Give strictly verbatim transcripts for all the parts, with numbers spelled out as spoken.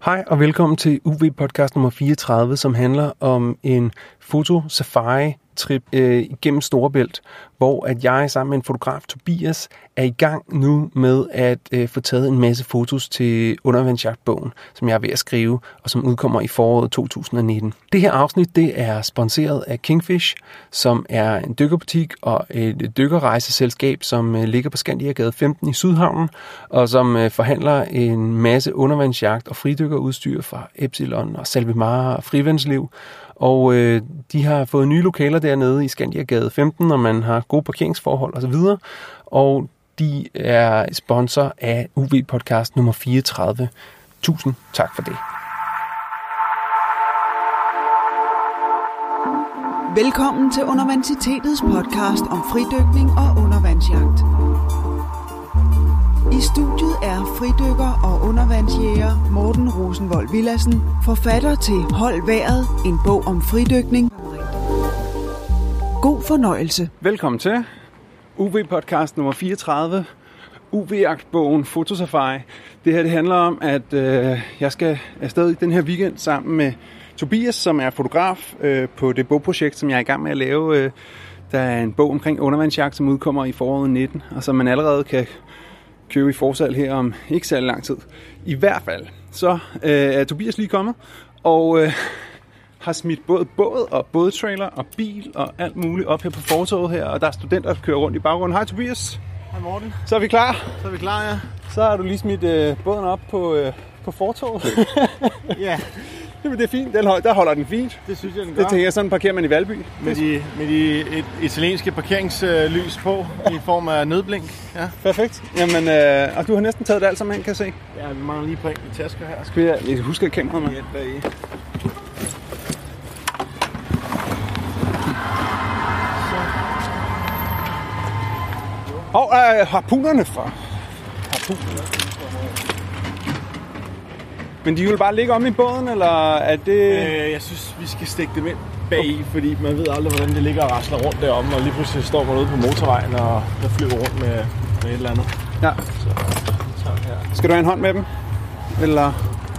Hej og velkommen til U V-podcast nummer fireogtredive, som handler om en foto-safari-trip øh, igennem Storebælt, hvor at jeg sammen med en fotograf, Tobias, er i gang nu med at øh, få taget en masse fotos til Undervandsjagtbogen, som jeg er ved at skrive, og som udkommer i foråret to tusind nitten. Det her afsnit det er sponsoreret af Kingfish, som er en dykkerbutik og et dykkerrejseselskab, som øh, ligger på Skandiagade femten i Sydhavnen, og som øh, forhandler en masse undervandsjagt og fridykkerudstyr fra Epsilon og Salvemar og Frivandsliv. Og øh, de har fået nye lokaler dernede i Skandiagade femten, og man har gode parkeringsforhold osv. Og de er sponsor af U V-podcast nummer fireogtredive. Tusind tak for det. Velkommen til Undervandsitetets podcast om fridykning og undervandsjagt. I studiet er fridykker og undervandsjæger Morten Rosenvold Villadsen, forfatter til Hold Vejret, en bog om fridykning. God fornøjelse. Velkommen til U V-podcast nummer fireogtredive, U V-jagtbogen Fotosafari. Det her det handler om, at øh, jeg skal afsted i den her weekend sammen med Tobias, som er fotograf øh, på det bogprojekt, som jeg er i gang med at lave. Øh, der er en bog omkring undervandsjagt, som udkommer i foråret nitten, og som man allerede kan købe i forsalg her om ikke særlig lang tid. I hvert fald, så øh, er Tobias lige kommet, og øh, har smidt både båd og bådtrailer og bil og alt muligt op her på fortovet her, og der er studenter, der kører rundt i baggrunden. Hej Tobias. Hej Morten. Så er vi klar. Så er vi klar, ja. Så har du lige smidt øh, båden op på, øh, på fortovet. Ja. Jamen, det er fint. Den hold, der holder den fint. Det synes jeg, den gør. Det tænker jeg, sådan parkerer man i Valby. Med de, med de et, italienske parkeringslys på i form af nødblink. Ja. Perfekt. Jamen, øh, og du har næsten taget det alt sammen, kan se. Ja, vi mangler lige på enkelte tasker her. Skal vi, jeg husker kameraet med. Ja, bagi. Og øh, harpunerne fra. Harpunerne. Men de vil bare ligge om i båden, eller er det... Øh, jeg synes, vi skal stikke dem ind bagi, fordi man ved aldrig, hvordan det ligger og rasler rundt deromme, og lige pludselig står man ude på motorvejen, og der flyver rundt med, med et eller andet. Ja. Så, så her. Skal du have en hånd med dem? Eller...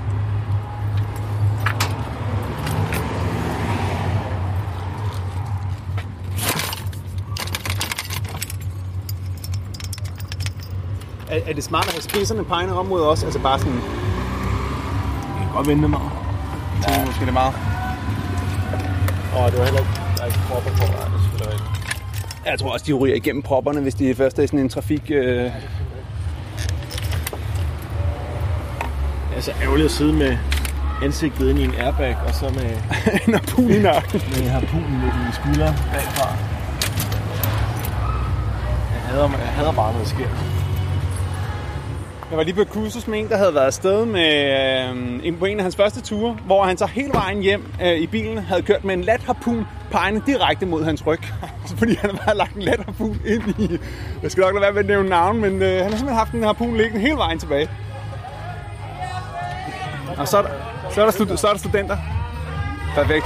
Er, er det smart at have spidserne pegnet op mod os? Altså bare sådan... Jeg kan godt vente mig. Ja, ja. Måske det er meget. Og det var heller ikke, der er ikke propper på, nej, det skulle være ikke. Jeg tror også, de ryger igennem propperne, hvis de først er i sådan en trafik... Øh... Altså ærgerligt at sidde med ansigtet ind i en airbag, og så med en harpun i nakken. Med harpunen lidt i skulderen bagfra. Jeg hader, jeg hader bare, når det sker. Jeg var lige på et kursus med en, der havde været afsted med, øh, på en af hans første ture, hvor han så hele vejen hjem øh, i bilen havde kørt med en lat harpun pegende direkte mod hans ryg. Fordi han havde lagt en lat harpun ind i... Jeg skal nok lade være med at nævne navn, men øh, han har simpelthen haft en harpun liggende hele vejen tilbage. Og så er der, så er der, stud, så er der studenter. Perfekt.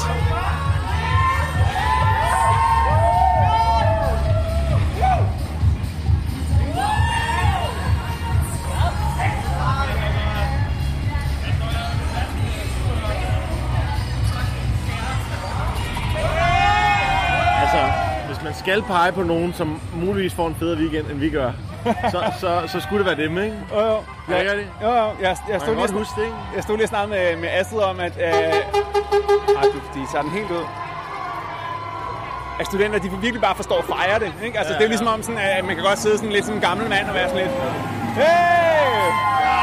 Man skal pege på nogen, som muligvis får en federe weekend, end vi gør. Så, så, så skulle det være dem, ikke? Jo, jo. Ja, gør det? Jo, jo. Jeg, jeg, stod lige, huske det, ikke? Jeg stod lige og snakkede med, med Astrid om, at... Øh, ej, de tager den helt ud. At studenter, de virkelig bare forstår at fejre det, ikke? Altså, ja, det er jo ligesom om, sådan, at man kan godt sidde sådan lidt som en gammel mand og være sådan lidt... Hey! Ja!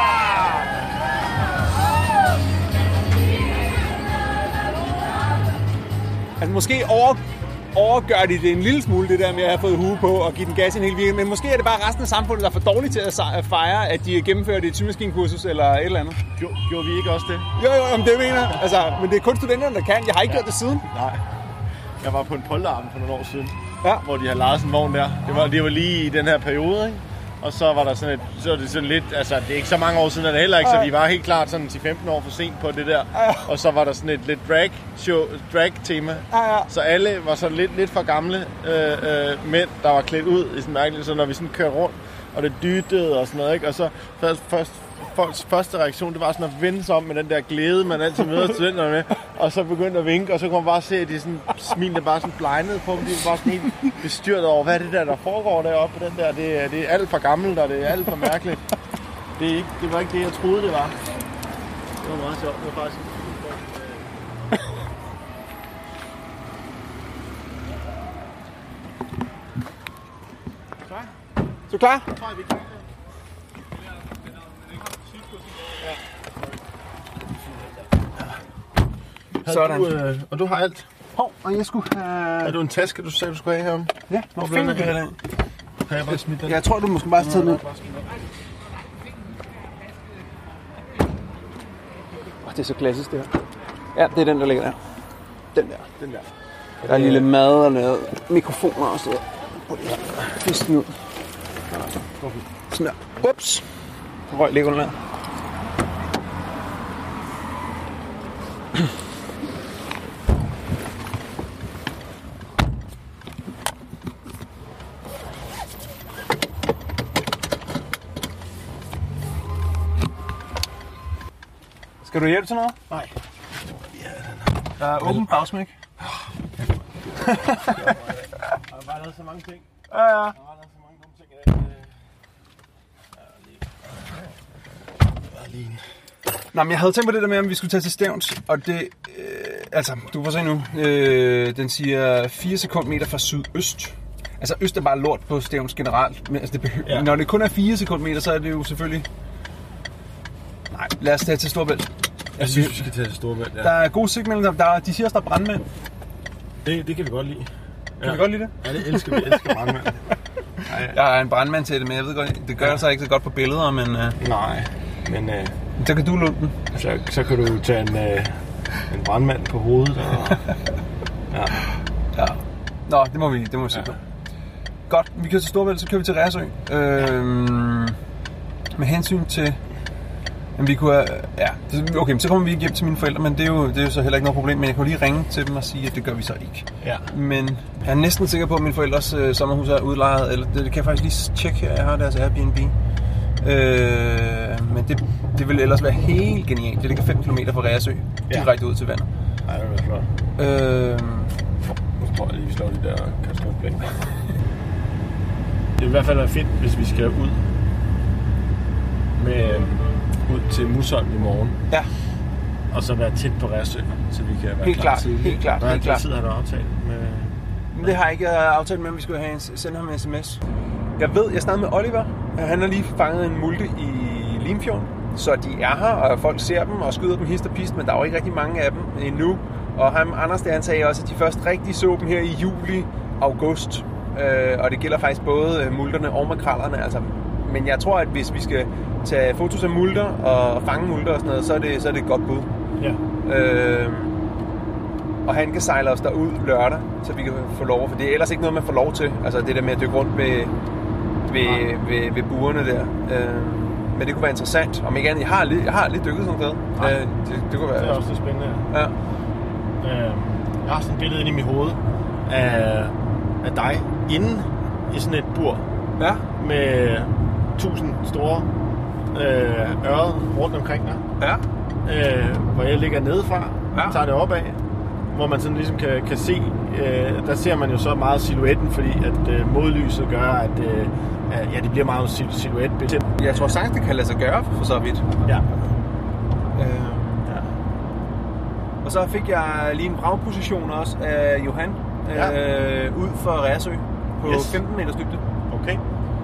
Altså, måske over... overgør de det en lille smule, det der med at have fået hue på og give den gas en hel weekend. Men måske er det bare resten af samfundet, der er for dårligt til at fejre, at de gennemførte et symaskinkursus eller et eller andet. Jo, gjorde vi ikke også det? Jo, jo, om det mener jeg. Altså, men det er kun studenterne, der kan. Jeg har ikke ja. gjort det siden. Nej. Jeg var på en polterarm for nogle år siden, ja. hvor de havde lejet sådan en vogn der. Det var, det var lige i den her periode, ikke? Og så var der sådan et, så var det sådan lidt, altså det er ikke så mange år siden, er det heller ikke, så vi var helt klart sådan til femten år for sent på det der. Og så var der sådan et lidt drag show, drag tema. Så alle var sådan lidt, lidt for gamle øh, øh, mænd, der var klædt ud i sådan mærkeligt, så når vi sådan kørte rundt, og det dyttede og sådan noget, ikke? Og så først, først folks første reaktion, det var sådan at vende sig om med den der glæde, man altid møder studenterne med, og så begyndte at vinke, og så kunne man bare se, at de sådan, smilede bare sådan blegnede på dem, de var bare sådan helt bestyrtet over, hvad er det der, der foregår deroppe på den der, det er, det er alt for gammelt, og det er alt for mærkeligt. Det, er ikke, det var ikke det, jeg troede, det var. Det var meget sjovt, det var faktisk... Er du klar? Sådan. Du, øh, og du har alt. Hov, og jeg skulle have... Er du en taske, du sagde, du skulle have her? Ja, hvor fint vil jeg den. Kan jeg bare smide den? Jeg tror, du måske bare tage den ned. Det er så klassisk, det her. Ja, det er den, der ligger der. Den der. Den der. Der er lille mad og noget mikrofoner og sådan noget. Prøv lige at fiske den ud. Sådan der. Ups. Røg ligger under der. Skal du hjælpe til noget? Nej. Der er åben bagsmæk. Jeg har bare lavet så mange ting. Ja, ja. Jeg har bare lavet så mange dumme ting i dag. Bare lige en. Nå, men jeg havde tænkt på det der med, om vi skulle tage til Stevns, og det, øh, altså, du får se nu, øh, den siger fire sekundmeter fra sydøst. Altså, øst er bare lort på Stevns generelt, men altså, det behøver, ja. Når det kun er fire sekundmeter, så er det jo selvfølgelig... Nej, lad os tage til Storebælt. Jeg synes, vi skal tage til Storebælt, ja. Der er gode signal, der, der, de siger også, der er brandmænd. Det, det kan vi godt lide. Kan ja. vi godt lide det? Ja, det elsker vi. elsker brandmænd. Ja, ja. Jeg er en brandmand til det, men jeg ved godt, det gør ja. så ikke så godt på billeder, men... Uh... Nej, men... Uh... Så kan du låne den. Så, så kan du tage en, øh, en brandmand på hovedet. Og, ja. Ja. Nå, det må vi, det må vi se på. Ja. Godt, vi kører til Storebælt, så kører vi til Reersø. Øhm, med hensyn til... Jamen, vi kunne... Ja, okay, så kommer vi hjem til mine forældre, men det er, jo, det er jo så heller ikke noget problem. Men jeg kunne lige ringe til dem og sige, at det gør vi så ikke. Ja. Men jeg er næsten sikker på, at mine forældres øh, sommerhus er udlejet. Eller det, det kan jeg faktisk lige tjekke her. Jeg har deres Airbnb. Øh, men det, det vil ellers være helt genialt. Det ligger fem kilometer fra Reersø, ja. Direkte ud til vandet. Nej, det vil være flot. Øh, nu tror jeg lige, vi slår de der katastrofeplan. Det vil i hvert fald være fedt, hvis vi skal ud med ud til Musholm i morgen. Ja. Og så være tæt på Reersø, så vi kan være helt klar klart, tidligt. Helt klart, Hvor helt klart. tid har du aftalt med... Men det har jeg ikke aftalt med, at vi skulle have en, sende ham en sms. Jeg ved, jeg snakkede med Oliver. Han har lige fanget en multe i Limfjorden. Så de er her, og folk ser dem og skyder dem hist og pist, men der er jo ikke rigtig mange af dem endnu. Og ham, Anders, der han sagde også, at de først rigtig så dem her i juli, august. Øh, og det gælder faktisk både multerne og makrellerne. Altså. Men jeg tror, at hvis vi skal tage fotos af multer og fange multer og sådan noget, så er det, så er det et godt bud. Ja. Øh, og han kan sejle os derud lørdag, så vi kan få lov. For det er ellers ikke noget, man får lov til. Altså det der med at dykke rundt ved, ved, ved, ved burerne der. Øh, men det kunne være interessant. Om ikke andet, jeg har lidt, jeg har lidt dykket sådan noget. Ja. Øh, det, det kunne være. Det er også det spændende. Ja. Øh, jeg har sådan et billede inde i mit hoved af, af dig inde i sådan et bur. Ja. Med tusind store øh, ørred rundt omkring dig. Ja. Øh, hvor jeg ligger nedefra, ja. Tager det opad, hvor man sådan ligesom kan, kan se, øh, der ser man jo så meget silhuetten, fordi at øh, modlyset gør, at øh, ja, det bliver meget silhuetbillede. Jeg tror sagtens, det kan lade sig gøre for så vidt. Ja. Øh, ja. Og så fik jeg lige en bragposition også af Johan ja. øh, ud for Reersø på yes. femten meters dybde. Okay.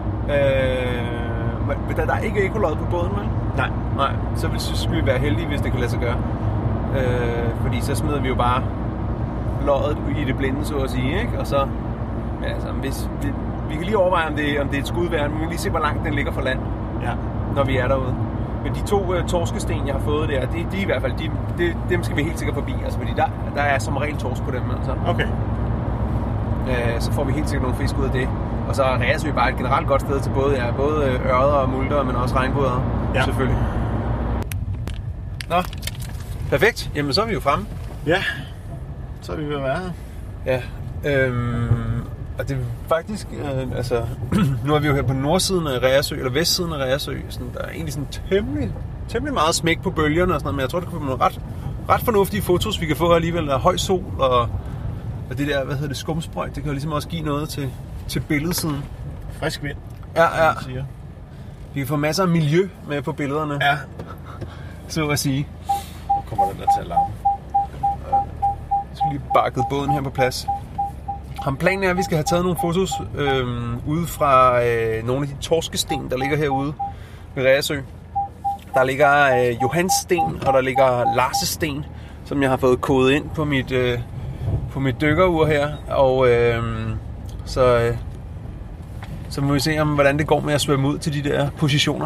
Øh, der, der er ikke ekolod på båden, vel? Nej. Nej, så vil, så skulle vi være heldige, hvis det kan lade sig gøre. Øh, fordi så smider vi jo bare loddet i det blinde, så at sige, ikke? Og så, ja, altså, hvis, vi, vi kan lige overveje, om det, om det er et skudværn, men vi kan lige se, hvor langt den ligger fra land, ja. Når vi er derude. Men de to uh, torskesten, jeg har fået der, de, de i hvert fald, de, de, dem skal vi helt sikkert forbi, altså, fordi der, der er som regel torsk på dem, altså. Okay. Øh, så får vi helt sikkert nogle fisk ud af det. Og så er Reersø bare et generelt godt sted til både, ja, både ørder og multer, men også regnbueder, ja. Selvfølgelig. Nå, perfekt. Jamen, så er vi jo fremme. Ja, så er vi ved at være her. Ja, øhm, Og det er faktisk, øh, altså, nu er vi jo her på nordsiden af Reersø, eller vestsiden af Reersø, sådan, der er egentlig sådan temmelig, temmelig meget smæk på bølgerne og sådan noget, men jeg tror, det kan være nogle ret, ret fornuftige fotos, vi kan få alligevel. Der er høj sol, og, og det der, hvad hedder det, skumsprøjt, det kan jo ligesom også give noget til, til billedsiden. Frisk vind. Ja, ja. Vi kan få masser af miljø med på billederne. Ja. Så at sige. Nu kommer den der til at larme. Jeg skal lige bakket båden her på plads. Ham planen er, at vi skal have taget nogle fotos øh, ude fra øh, nogle af de torskesten, der ligger herude ved Reersø. Der ligger øh, Johans sten, og der ligger Lars' sten, som jeg har fået kodet ind på mit, øh, på mit dykkerur her. Og øh, så, øh, så må vi se, om hvordan det går med at svømme ud til de der positioner.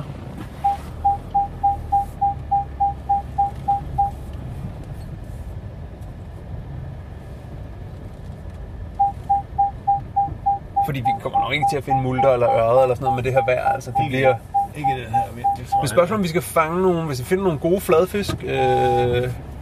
Fordi vi kommer nok ikke til at finde multer eller ørred eller sådan noget med det her vejr. Altså, det ikke, bliver... ikke den her vind. Det tror Men spørgsmålet om vi skal fange nogle, hvis vi finder nogle gode fladfisk. Øh... Ja,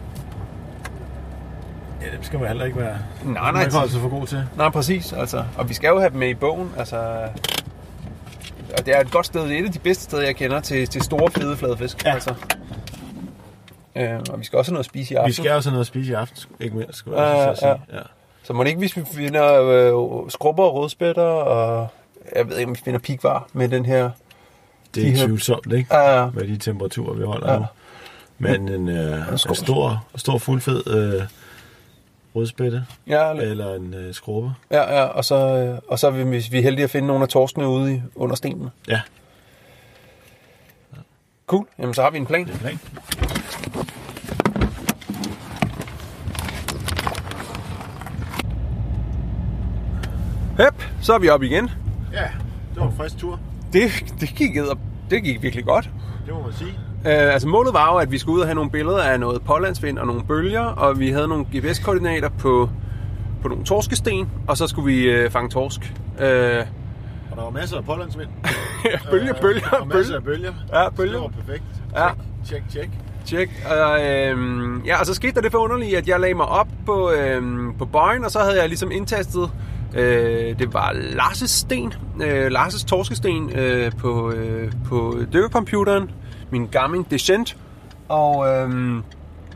det skal man heller ikke være. Nej, nej. Det er altså for god til. Nej, præcis. Altså. Og vi skal jo have dem med i bogen. Altså... Og det er et godt sted. Det er et af de bedste steder, jeg kender til, til store, fede fladfisk. Ja. Altså. Øh, og vi skal også have noget at spise i aften. Vi skal også have noget at spise i aften, ikke mindst, skulle jeg også uh, sige. Ja. Ja. Så må det ikke, hvis vi finder øh, skrubber og rødspætter, og jeg ved ikke, om vi finder pikvar med den her... Det er de tvivlsomt, ikke? Ja, ja. Med de temperaturer, vi holder ja. nu. Men en, øh, en skål. stor, stor fuldfed øh, rødspætte, ja, eller en øh, skrubbe. Ja, ja, og så, øh, og så er vi, vi er heldige at finde nogle af torskene ude i, under stenene. Ja. Cool, jamen så har vi en plan. Det er plan. Hep, så er vi oppe igen. Ja, det var en frisk tur. Det, det, gik, det gik virkelig godt. Det må man sige. Uh, altså målet var jo, at vi skulle ud og have nogle billeder af noget pålandsvind og nogle bølger, og vi havde nogle G P S-koordinater på, på nogle torskesten, og så skulle vi uh, fange torsk. Uh, og der var masser af pålandsvind. ja, bølger, bølger. Og masser af bølger. Ja, bølger. Det var perfekt. Ja. Tjek, tjek. Tjek. Uh, øhm, ja, og så skete der det for underligt, at jeg lagde mig op på, øhm, på bøjen, og så havde jeg ligesom indtastet, øh, det var Lars' sten, øh, Lars' torskesten øh, på, øh, på dykkercomputeren, min Garmin Descent, og, øhm,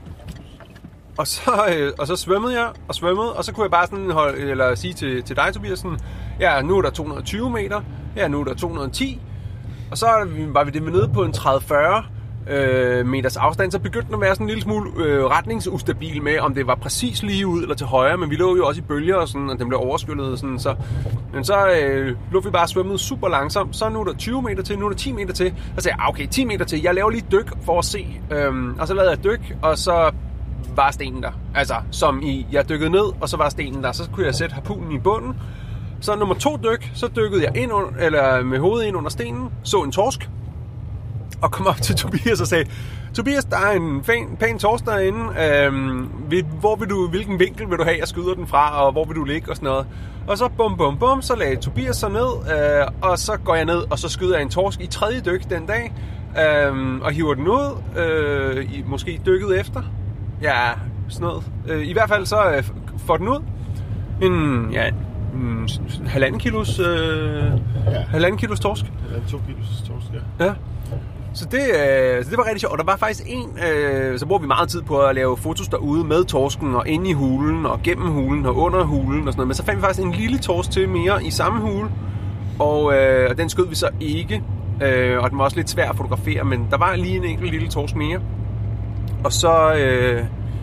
og, så, øh, og så svømmede jeg og svømmede, og så kunne jeg bare sådan holde, eller sige til, til dig, Tobias, sådan, ja, nu er der to hundrede og tyve meter, ja, nu er der to hundrede og ti, og så var vi det nede på en tredive til fyrre øh, meters afstand, så begyndte den at være sådan en lille smule øh, retningsustabil med, om det var præcis lige ud eller til højre, men vi lå jo også i bølger, og, sådan, og den blev overskyllet. Sådan, så, men så øh, lå vi bare svømmet super langsomt, så nu er der tyve meter til, nu er der ti meter til, og så sagde jeg, okay, ti meter til, jeg laver lige et dyk for at se, øhm, og så lavede jeg et dyk, og så var stenen der, altså som i, jeg dykkede ned, og så var stenen der, så kunne jeg sætte harpunen i bunden. Så nummer to dyk, så dykkede jeg ind under, eller med hovedet ind under stenen, så en torsk, og kom op til Tobias og sagde, Tobias, der er en pæn, pæn torsk derinde, øhm, hvor vil du, hvilken vinkel vil du have, jeg skyder den fra, og hvor vil du ligge, og sådan noget. Og så bum, bum, bum, så lagde Tobias sig ned, øh, og så går jeg ned, og så skyder jeg en torsk i tredje dyk den dag, øh, og hiver den ud, øh, i, måske dykket efter. Ja, sådan noget. Øh, I hvert fald så øh, får den ud. En, ja, en halvanden kilos, øh, ja. halvanden kilos torsk. Halvanden, to kilos torsk, ja. Ja. Så det, øh, så det var rigtig sjovt. Og der var faktisk en, øh, så bruger vi meget tid på at lave fotos derude med torsken, og inde i hulen, og gennem hulen, og under hulen, og sådan noget. Men så fandt vi faktisk en lille torsk til mere i samme hule, og, øh, og den skød vi så ikke. Øh, og den var også lidt svær at fotografere, men der var lige en enkelt lille torsk mere. Og så... Øh,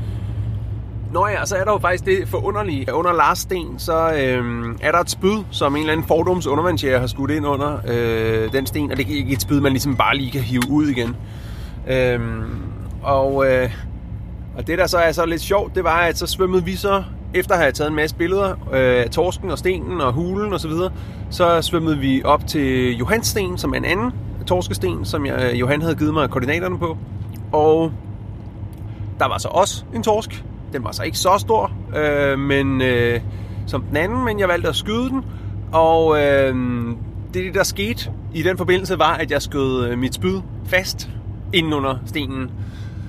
Nå ja, så er der jo faktisk det forunderlige. Under Lars sten, så øh, er der et spyd, som en eller anden fordoms undervandsjæger har skudt ind under øh, den sten. Og det er ikke et spyd, man ligesom bare lige kan hive ud igen. Øh, og, øh, og det der så er så lidt sjovt, det var, at så svømmede vi så, efter at have taget en masse billeder øh, af torsken og stenen og hulen og så videre, så svømmede vi op til Johans sten, som er en anden torskesten, som jeg, Johan havde givet mig koordinaterne på. Og der var så også en torsk. Den var så ikke så stor, øh, men øh, som den anden, men jeg valgte at skyde den. Og øh, det, der skete i den forbindelse, var, at jeg skød mit spyd fast inden under stenen.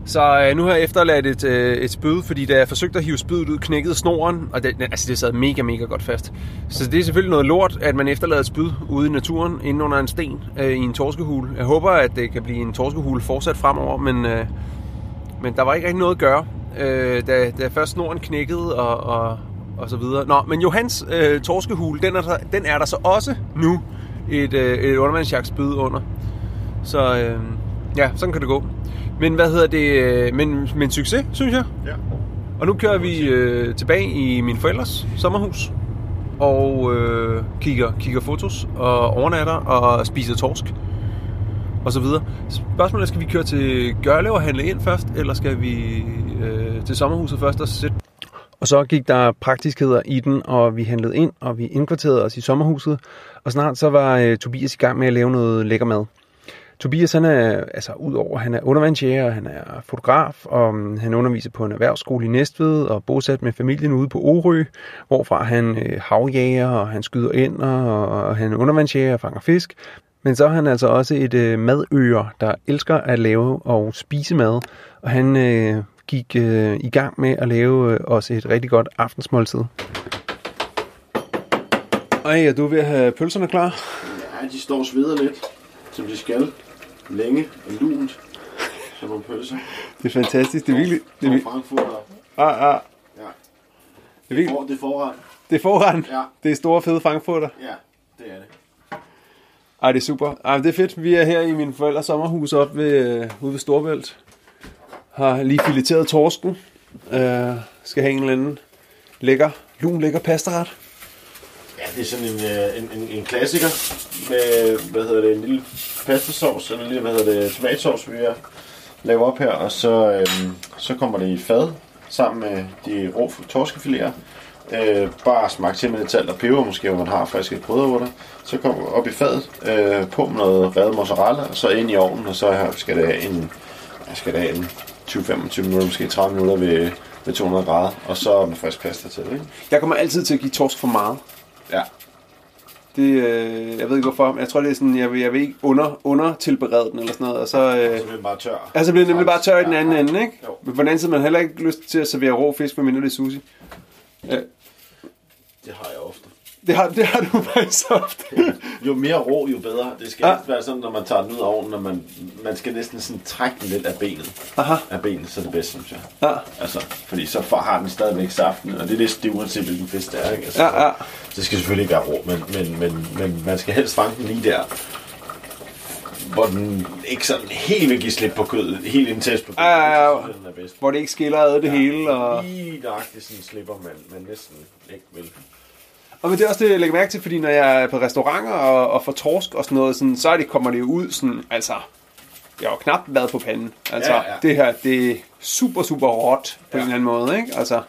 Så øh, nu har jeg efterladt et, øh, et spyd, fordi da jeg forsøgte at hive spydet ud, knækkede snoren, og det, altså, det sad mega, mega godt fast. Så det er selvfølgelig noget lort, at man efterlader et spyd ude i naturen, inde under en sten øh, i en torskehule. Jeg håber, at det kan blive en torskehule fortsat fremover, men, øh, men der var ikke rigtig noget at gøre, øh, da, da først snoren knækkede og, og, og så videre. Nå, men Johans øh, torskehule, den er, der, den er der så også nu et, øh, et undervandsjagtspyd under. Så øh, ja, sådan kan det gå. Men hvad hedder det? Men, men succes, synes jeg. Ja. Og nu kører vi øh, tilbage i min forældres sommerhus og øh, kigger, kigger fotos og overnatter og spiser torsk og så videre. Spørgsmålet er, skal vi køre til Gørlev og handle ind først, eller skal vi øh, til sommerhuset først og sætte? Og så gik der praktiskheder i den, og vi handlede ind, og vi indkvarterede os i sommerhuset. Og snart så var øh, Tobias i gang med at lave noget lækker mad. Tobias, han er, altså udover, han er undervandsjæger, han er fotograf, og han underviser på en erhvervsskole i Næstved, og bosat med familien ude på Orø, hvorfra han øh, havjæger, og han skyder ænder, og, og han er undervandsjæger og fanger fisk. Men så er han altså også et øh, madører, der elsker at lave og spise mad, og han øh, gik øh, i gang med at lave øh, også et rigtig godt aftensmåltid. Ej, er du ved at have pølserne klar? Ja, de står og sveder lidt, som de skal. Længe og lunt, som nogle pølser. Det er fantastisk. Det er virkelig... Det er virkelig... Frankfurter. Ah, ah. Ja. Det er virkelig... Det er forret. Det er forretten. Ja. Det er store, fede frankfurter. Ja, det er det. Ej, det er super. Ej, det er fedt. Vi er her i min forældres sommerhus op ved, uh, ude ved Storebælt. Har lige fileteret torsken. Uh, skal have en eller anden lækker, lun lækker pastaret. Ja, det er sådan en, en, en, en klassiker med, hvad hedder det, en lille pastasauce, eller en lille, hvad hedder det, tomatsauce, vi laver op her, og så, øhm, så kommer det i fad sammen med de rå torskefiléer. Øh, bare smagt til med lidt salt og peber, måske hvor man har friske krydderurter. Så kommer det op i fadet, øh, på med noget revet mozzarella, og så ind i ovnen, og så her skal det have en, skal det have en tyve til femogtyve minutter, måske tredive minutter ved, ved to hundrede grader, og så med frisk pasta til, ikke? Jeg kommer altid til at give torsk for meget. Ja. Det, øh, jeg ved ikke hvorfor, men jeg tror det er sådan, jeg vil, jeg vil ikke under, under tilberede den eller sådan noget, og så... Øh, så bliver den bare tør. Altså bliver den nemlig bare tør i den anden ja, ende, ikke? Jo. Men på den anden side, man heller ikke lyst til at servere rå fisk, medmindre det er sushi. Ja. Det har jeg ofte. Det har, det har du faktisk ofte. Jo mere rå, jo bedre. Det skal ja. ikke være sådan, når man tager den ud af ovnen, når man, man skal næsten sådan trække den lidt af benet. Aha. Af benet, så er det bedst, synes jeg. Ja. Altså, fordi så har den stadigvæk saften, og det er det, det uanset hvilken fisk det er, ikke? Altså, ja, ja. Det skal selvfølgelig ikke være rå, men, men, men, men man skal helst fange den lige der, hvor den ikke sådan helt vil give slip på kødet, helt intens på kødet. Ja, ja, ja. Så den er bedst. Hvor det ikke skiller ad det ja, hele. Og... lige nøjagtigt sådan slipper man, man næsten ikke vil. Og men det er også det, jeg lægger mærke til, fordi når jeg er på restauranter og, og får torsk og sådan noget, sådan, så er det, kommer det jo ud sådan, altså, jeg har jo knap været på panden. Altså, ja, ja. det her, det er super, super råt på ja. en eller anden måde, ikke? Altså,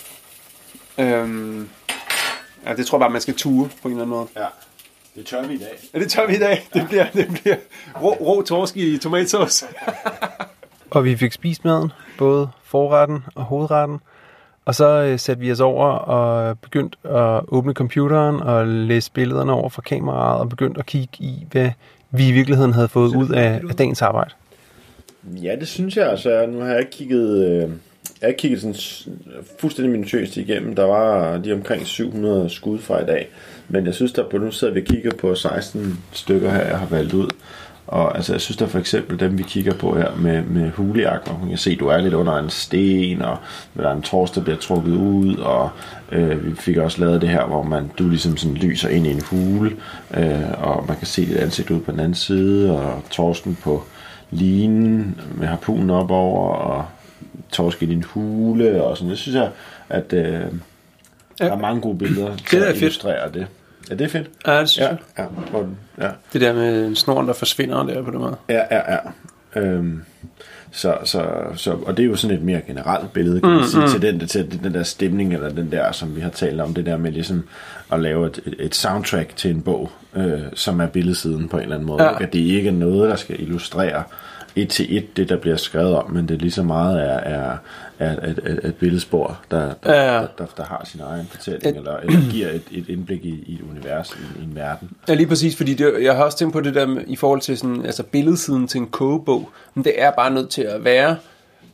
øhm, ja, det tror jeg bare, man skal ture på en eller anden måde. Ja, det tør vi i dag. Ja, det tør vi i dag. Det bliver, det bliver rå, rå torsk i tomatsauce. Og vi fik spist maden, både forretten og hovedretten. Og så øh, satte vi os over og begyndte at åbne computeren og læse billederne over fra kameraet og begyndte at kigge i, hvad vi i virkeligheden havde fået ud af, af dagens arbejde. Ja, det synes jeg. Altså, nu har jeg ikke kigget, øh, jeg har kigget sådan fuldstændig minutiøst igennem. Der var de omkring syv hundrede skud fra i dag. Men jeg synes, der på nu sidder vi og kigger på seksten stykker her, jeg har valgt ud. Og altså, jeg synes der for eksempel dem vi kigger på her med, med hulejagt, hvor man kan se, du er lidt under en sten, og der er en tors, der bliver trukket ud, og øh, vi fik også lavet det her, hvor man, du ligesom sådan lyser ind i en hule, øh, og man kan se dit ansigt ud på den anden side, og torsken på linen med harpunen op over, og torsken i en hule, og sådan. Jeg synes jeg, at øh, der er mange gode billeder til at illustrere det. Ja, det er fedt. Ja, det synes ja, jeg. Ja, ja. Det der med snoren, der forsvinder der på den måde. Ja, ja, ja. Øhm, så, så, så, og det er jo sådan et mere generelt billede, kan man mm, sige, mm. til, den, til den der stemning, eller den der, som vi har talt om, det der med ligesom at lave et, et soundtrack til en bog, øh, som er billedsiden på en eller anden måde. Ja. At det ikke er noget, der skal illustrere et til et, det der bliver skrevet om, men det lige så meget er, er, er et, et, et billedspor, der, der, ja, ja. Der, der, der har sin egen fortælling, et, eller, eller giver et, et indblik i, i et univers, i, i en verden. Ja, lige præcis, fordi det, jeg har også tænkt på det der med, i forhold til sådan, altså billedsiden til en kogebog, men det er bare nødt til at være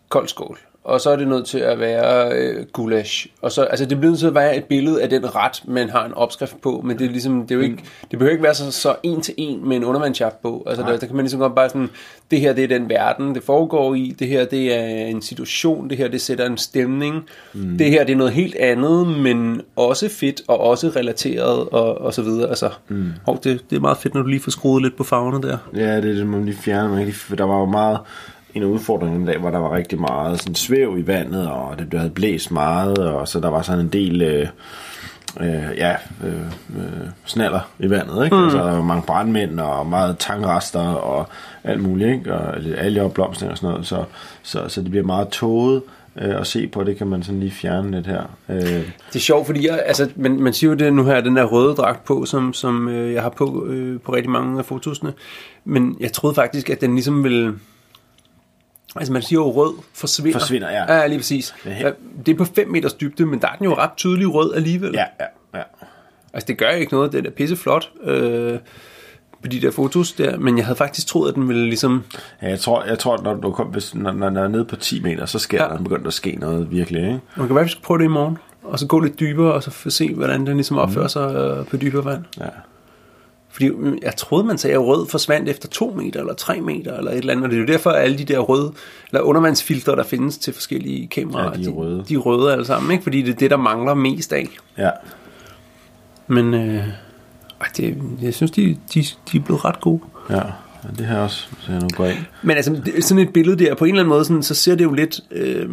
kold skål. Og så er det nødt til at være øh, goulash. Og så, altså det bliver nødt til at være et billede af den ret, man har en opskrift på, men det er ligesom, det er jo ikke, det behøver ikke være så, så en til en med en undervandsjap-bog. Altså der, der kan man ligesom godt bare sådan, det her det er den verden, det foregår i, det her det er en situation, det her det sætter en stemning, mm. det her det er noget helt andet, men også fedt og også relateret og, og så videre. Altså, mm. hov, det, det er meget fedt, når du lige får skruet lidt på farverne der. Ja, det er det, man lige fjerner. Man lige, der var jo meget... En af udfordringerne i dag, hvor der var rigtig meget sådan svæv i vandet, og det havde blæst meget, og så der var sådan en del øh, øh, ja, øh, øh, snaller i vandet, ikke? Mm. Altså der var mange brandmænd og meget tangrester og alt muligt, ikke? Og algeopblomstring og sådan noget, så, så, så det bliver meget tåget øh, at se på, det kan man sådan lige fjerne lidt her. Øh. Det er sjovt, fordi jeg, altså, man, man siger jo det nu her, den der røde dragt på, som, som øh, jeg har på øh, på rigtig mange af fotosene, men jeg troede faktisk, at den ligesom ville... Altså man siger jo rød forsvinder. Forsvinder, ja. Ja, lige præcis. Ja, det er på fem meters dybde, men der er den jo ret tydelig rød alligevel. Ja, ja, ja. Altså det gør jo ikke noget, det er da pisseflot øh, på de der fotos der, men jeg havde faktisk troet, at den ville ligesom... Ja, jeg tror, jeg tror når du kom, hvis, når, når der er nede på ti meter, så sker ja. der begyndt at ske noget virkelig, ikke? Man kan være, vi skal prøve det i morgen, og så gå lidt dybere, og så se, hvordan den ligesom opfører mm. sig øh, på dybere vand. Ja. Fordi jeg troede, man sagde, at rød forsvandt efter to meter, eller tre meter, eller et eller andet. Og det er jo derfor, at alle de der røde, eller undervandsfiltre, der findes til forskellige kameraer, ja, de er røde. De, de er røde alle sammen, ikke? Fordi det er det, der mangler mest af. Ja. Men øh, det, jeg synes, de, de, de er blevet ret gode. Ja, det her også, så jeg nu går ind. Men altså, sådan et billede der, på en eller anden måde, sådan, så ser det jo lidt... Øh,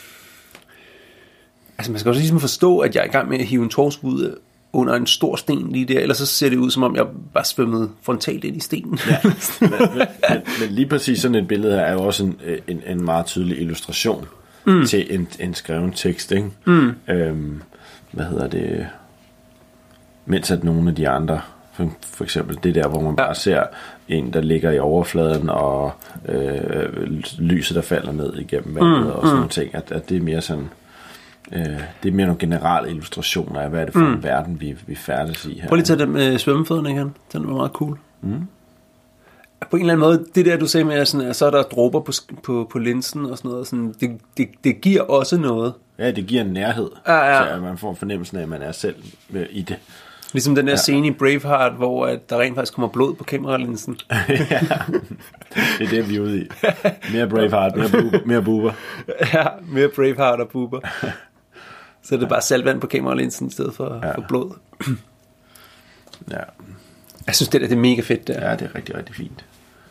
altså, man skal også ligesom forstå, at jeg er i gang med at hive en torsk ud under en stor sten lige der, ellers så ser det ud, som om jeg bare svømmede frontalt ind i stenen. Ja. men, men, men, men lige præcis sådan et billede her er jo også en, en, en meget tydelig illustration mm. til en, en skreven tekst, ikke? Mm. Øhm, hvad hedder det? Mens at nogle af de andre, for, for eksempel det der, hvor man bare ser en, der ligger i overfladen, og øh, lyset, der falder ned igennem vandet, mm. og sådan mm. nogle ting, at, at det er mere sådan... Øh, det er mere nogle generelle illustrationer af, hvad er det for mm. en verden, vi, vi færdes i her. Prøv lige at tage den med svømmefødderne igen. Den var meget cool. Mm. På en eller anden måde, det der, du sagde med, sådan, at så er der dråber på, på, på linsen og sådan noget, sådan, det, det, det giver også noget. Ja, det giver en nærhed, ja, ja. Så at man får fornemmelsen af, at man er selv i det. Ligesom den der ja. scene i Braveheart, hvor at der rent faktisk kommer blod på kameralinsen. Ja, det er det, vi er ude i. Mere Braveheart, mere, bu- mere buber. Ja, mere Braveheart og buber. Så er det bare saltvand på kameralinsen i stedet for, ja. for blod. Ja. Jeg synes, det der det er mega fedt der. Ja, det er rigtig, rigtig fint.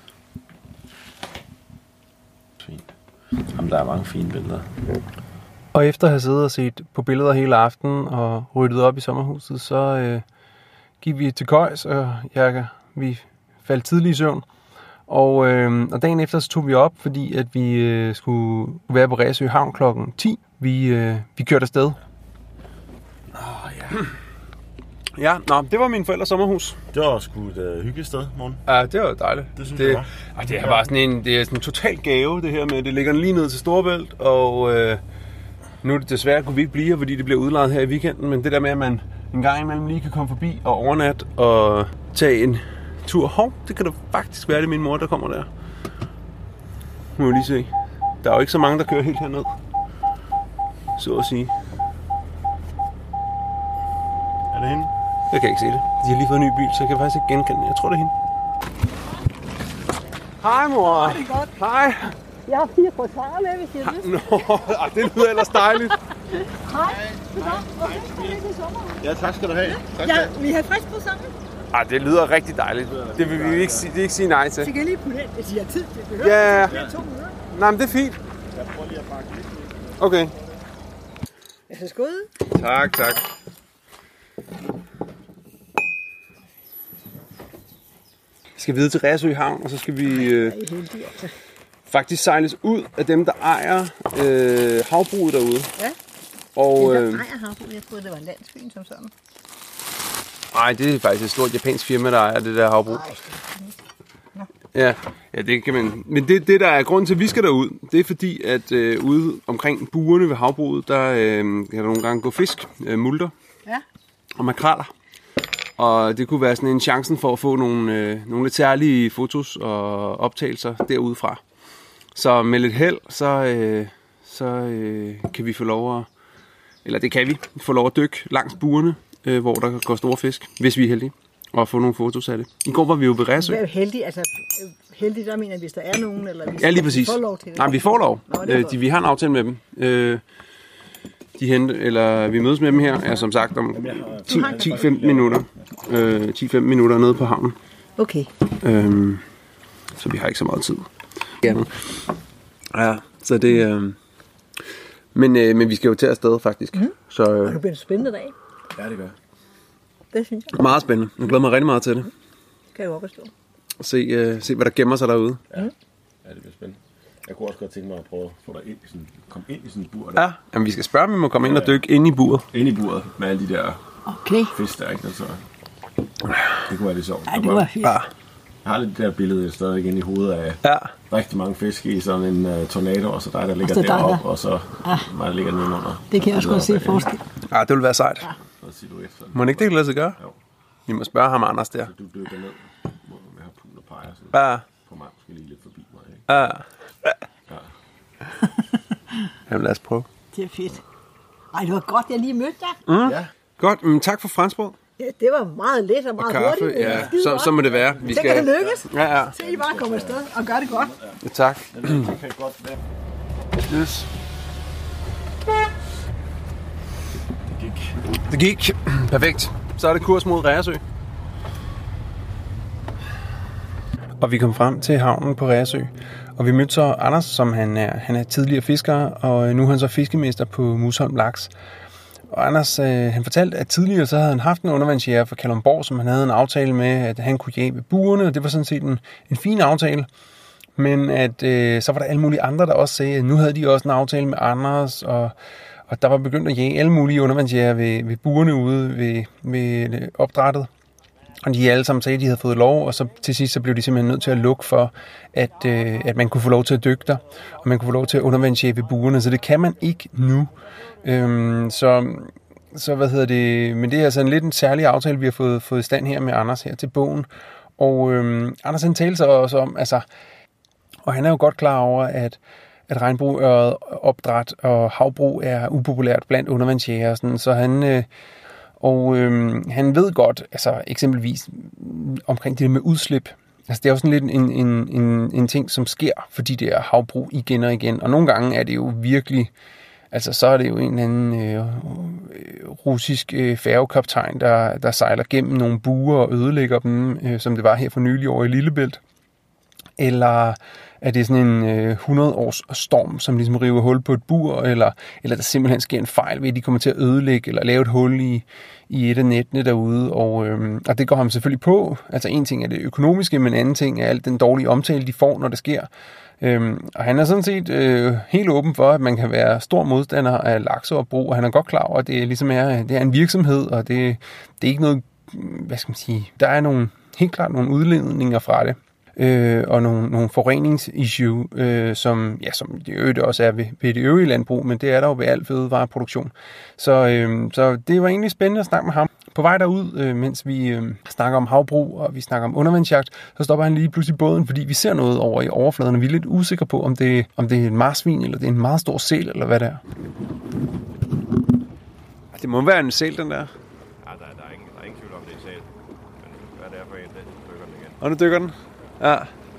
Fint. Jamen, der er mange fine billeder. Og efter at have siddet og set på billeder hele aftenen og ryddet op i sommerhuset, så øh, gik vi til køjs, og jeg, vi faldt tidlig i søvn. Og, øh, og dagen efter så tog vi op, fordi at vi øh, skulle være på Ræsø Havn klokken ti. Vi, øh, vi kørte afsted. Åh, oh, ja. Ja, nå, det var min forældres sommerhus. Det var sgu et uh, hyggeligt sted, morgen. Ja, det var dejligt. Det synes det, jeg var. Og det er bare sådan en, det er sådan en total gave, det her med, det ligger lige ned til Storebælt, og øh, nu er det desværre, kunne vi ikke blive her, fordi det bliver udlejet her i weekenden, men det der med, at man en gang imellem lige kan komme forbi og overnat og tage en tur. Hov, det kan da faktisk være, det min mor, der kommer der. Nu må vi lige se. Der er jo ikke så mange, der kører helt herned, så at sige. Er det hende? Jeg kan ikke se det. De har lige fået en ny bil, så jeg kan faktisk ikke genkende det. Jeg tror, det er hende. Hej, mor. Hej, det er godt. Hej. Jeg har fire portarer med, hvis jeg har lyst. Nå, det lyder ellers dejligt. Hej. Goddag. Hvorfor skal vi til sommer? Ja, tak skal du have. Tak Ja, vi har frisk på sammen. Ah, det lyder rigtig dejligt. Det vil vi ikke sige, det ikke sige nej til. Så kan jeg lige putte ind, hvis I har tid. Det behøver Ja, ja. til to minutter. Nej, men det er fint. Jeg prøver lige at bakke lidt. Okay. Jeg skal skåde. Tak, tak. Vi skal videre til Ræsø Havn, og så skal vi øh, faktisk sejles ud af dem, der ejer øh, havbruget derude. Ja, og, det øh, der ejer havbruget. Jeg troede, det var landsbyen som sådan. Nej, det er faktisk et stort japansk firma, der ejer det der havbrug. Ja, ja, det kan man. Men det, det der er grunden til, at vi skal derud, det er fordi, at øh, ude omkring buerne ved havbruget, der øh, kan der nogle gange gå fisk, øh, multer Ja. og makraller. Og det kunne være sådan en chancen for at få nogle, øh, nogle lidt særlige fotos og optagelser derudefra. Så med lidt held, så, øh, så øh, kan vi få lov at, eller det kan vi, få lov at dykke langs burene, øh, hvor der går store fisk, hvis vi er heldige, og få nogle fotos af det. I går var vi jo ved Ræsø. Det er heldig, altså heldig, der mener, hvis der er nogen, eller hvis ja, lige præcis. vi får lov til det. Nej, vi får lov. Nå, øh, de, vi har en aftale med dem. Øh, de henter, eller vi mødes med dem her, er som sagt om ti til femten minutter. Øh, ti til femten minutter nede på havnen. Okay. Øh, så vi har ikke så meget tid. Ja, så det... Øh, men, øh, men vi skal jo til afsted, faktisk. Mm. Så, øh, og det bliver en spændende dag. Ja, det gør. Det synes jeg. Meget spændende. Jeg glæder mig rigtig meget til det. Mm. Kan jeg jo opstå. Se, øh, se, hvad der gemmer sig derude. Ja. Ja, det bliver spændende. Jeg kunne også godt tænke mig at prøve at få dig ind i sådan, komme ind i sådan en bur der. Ja, jamen, vi skal spørge, om vi må komme ind og dykke ind i buret. Ind i buret med alle de der okay. fisk der, ikke? Så det kunne være lidt sjovt. Ja, det var fedt. Ja. Jeg har lidt det der billede stadig inde i hovedet af ja. rigtig mange fisk i sådan en uh, tornado, og så dig, der ligger deroppe, der. Og så ja. mig, der ligger nedenunder. Det kan jeg også godt se forskel. Ja, det vil være sejt. Ja. Må ikke det kan lade sig gøre? Jo. Vi må spørge ham Anders der. Så du dykker ned med harpun og peger sådan. Ja. På mig, måske lige lidt forbi mig. Ikke? Ja. Ja. Jamen lad os prøve. Det er fedt. Ej, det var godt, jeg lige mødte dig. Mm. Ja. Godt, men tak for franskbrød. Ja, det var meget let og meget og kaffe, hurtigt. Ja, så, så må det være. Vi så skal... kan det lykkes. Ja, ja. Så I bare kommer afsted og gør det godt. Ja, tak. Det kan godt være. Yes. Det gik. Det gik. Perfekt. Så er det kurs mod Ræsø. Og vi kom frem til havnen på Ræsø. Og vi mødte så Anders, som han er, han er tidligere fisker, og nu er han så fiskemester på Musholm Laks. Og Anders, øh, han fortalte, at tidligere så havde han haft en undervandsjæger fra Kalundborg, som han havde en aftale med, at han kunne jage ved burene, og det var sådan set en, en fin aftale. Men at øh, så var der alle mulige andre, der også sagde, at nu havde de også en aftale med Anders, og, og der var begyndt at jage alle mulige undervandsjæger ved, ved burene ude ved, ved opdrættet. Og de alle sammen sagde, at de havde fået lov, og så til sidst så blev de simpelthen nødt til at lukke for, at, øh, at man kunne få lov til at dykke der, og man kunne få lov til at undervandsjæge ved burene, så det kan man ikke nu. Øhm, så, så hvad hedder det, men det er altså en lidt en særlig aftale, vi har fået, fået i stand her med Anders her til bogen. Og øhm, Anders han talte så også om, altså, og han er jo godt klar over, at, at regnbueøret, opdræt og havbrug er upopulært blandt undervandsjæger, sådan, så han... Øh, Og øhm, han ved godt, altså eksempelvis omkring det med udslip. Altså det er jo sådan lidt en, en, en, en ting, som sker, fordi det er havbrug igen og igen. Og nogle gange er det jo virkelig, altså så er det jo en eller anden øh, russisk øh, færgekaptajn, der, der sejler gennem nogle buer og ødelægger dem, øh, som det var her for nylig over i Lillebælt. Eller er det sådan en øh, hundrede års storm, som ligesom river hul på et bur, eller, eller der simpelthen sker en fejl ved, at de kommer til at ødelægge eller lave et hul i, i et af nettene derude. Og, øh, og det går ham selvfølgelig på. Altså en ting er det økonomiske, men en anden ting er alt den dårlige omtale, de får, når det sker. Øh, og han er sådan set øh, helt åben for, at man kan være stor modstander af lakseopbrug, og han er godt klar over, at det ligesom er, det er en virksomhed, og det, det er ikke noget, hvad skal man sige, der er nogle, helt klart nogle udledninger fra det. Øh, og nogle, nogle forureningsissue, øh, som, ja, som det øvrigt også er ved, ved det øvrige landbrug, men det er der jo ved al fødevareproduktion. Så, øh, så det var egentlig spændende at snakke med ham. På vej derud, øh, mens vi øh, snakker om havbrug, og vi snakker om undervandsjagt, så stopper han lige pludselig båden, fordi vi ser noget over i overfladen, og vi er lidt usikre på, om det, om det er en marsvin, eller det er en meget stor sæl, eller hvad det er. Det må være en sæl, den der. Ja, der, der, er ingen, der er ingen tvivl om, det er sæl. Men hvad det er for en, det dykker den igen. Og nu dykker den. Ja.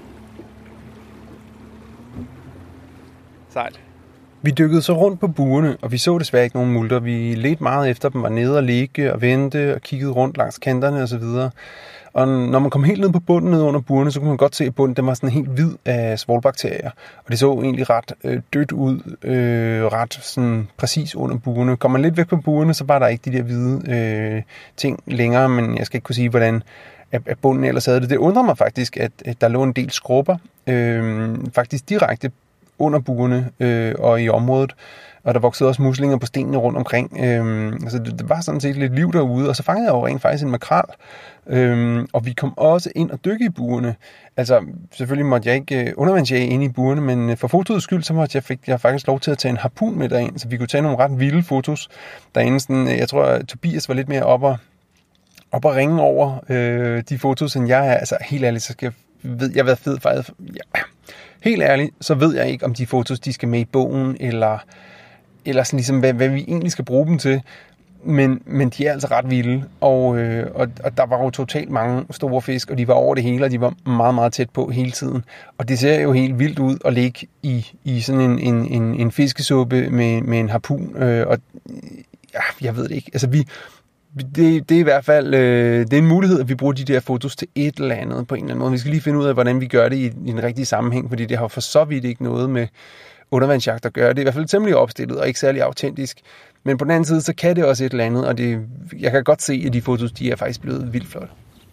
Sejt. Vi dykkede så rundt på burene, og vi så desværre ikke nogen multer. Vi ledte meget efter dem, var nede og ligge og vente og kiggede rundt langs kanterne og så videre. Og når man kom helt ned på bunden ned under burene, så kunne man godt se, at bunden den var sådan helt hvid af svovlbakterier. Og det så egentlig ret øh, dødt ud, øh, ret sådan præcis under burene. Kom man lidt væk på burene, så var der ikke de der hvide øh, ting længere, men jeg skal ikke kunne sige, hvordan at bunden ellers havde det. Det undrer mig faktisk, at, at der lå en del skrubber, øh, faktisk direkte under burene øh, og i området, og der voksede også muslinger på stenene rundt omkring. Øh, altså det, det var sådan set lidt liv derude, og så fangede jeg jo rent faktisk en makrel, øh, og vi kom også ind og dykke i burene. Altså selvfølgelig måtte jeg ikke undervandsjage inde i burene, men for fotoets skyld, så måtte jeg, fik jeg faktisk lov til at tage en harpun med derind, så vi kunne tage nogle ret vilde fotos derinde. Sådan, jeg tror, at Tobias var lidt mere oppe og op og ringe over øh, de fotos, end jeg er. Altså helt ærligt, så skal jeg ved, jeg har været fed faktisk. Ja, helt ærligt, så ved jeg ikke, om de fotos, de skal med i bogen, eller, eller sådan ligesom, hvad, hvad vi egentlig skal bruge dem til. Men, men de er altså ret vilde, og, øh, og, og der var jo totalt mange store fisk, og de var over det hele, og de var meget, meget tæt på hele tiden. Og det ser jo helt vildt ud at ligge i, i sådan en, en, en, en fiskesuppe med, med en harpun, øh, og ja, jeg ved det ikke. Altså vi, det, det er i hvert fald øh, det er en mulighed, at vi bruger de der fotos til et eller andet på en eller anden måde. Vi skal lige finde ud af, hvordan vi gør det i, i en rigtig sammenhæng, fordi det har for så vidt ikke noget med undervandsjagt at gøre. Det er i hvert fald temmelig opstillet og ikke særlig autentisk. Men på den anden side, så kan det også et eller andet, og det, jeg kan godt se, at de fotos, de er faktisk blevet vildt flotte.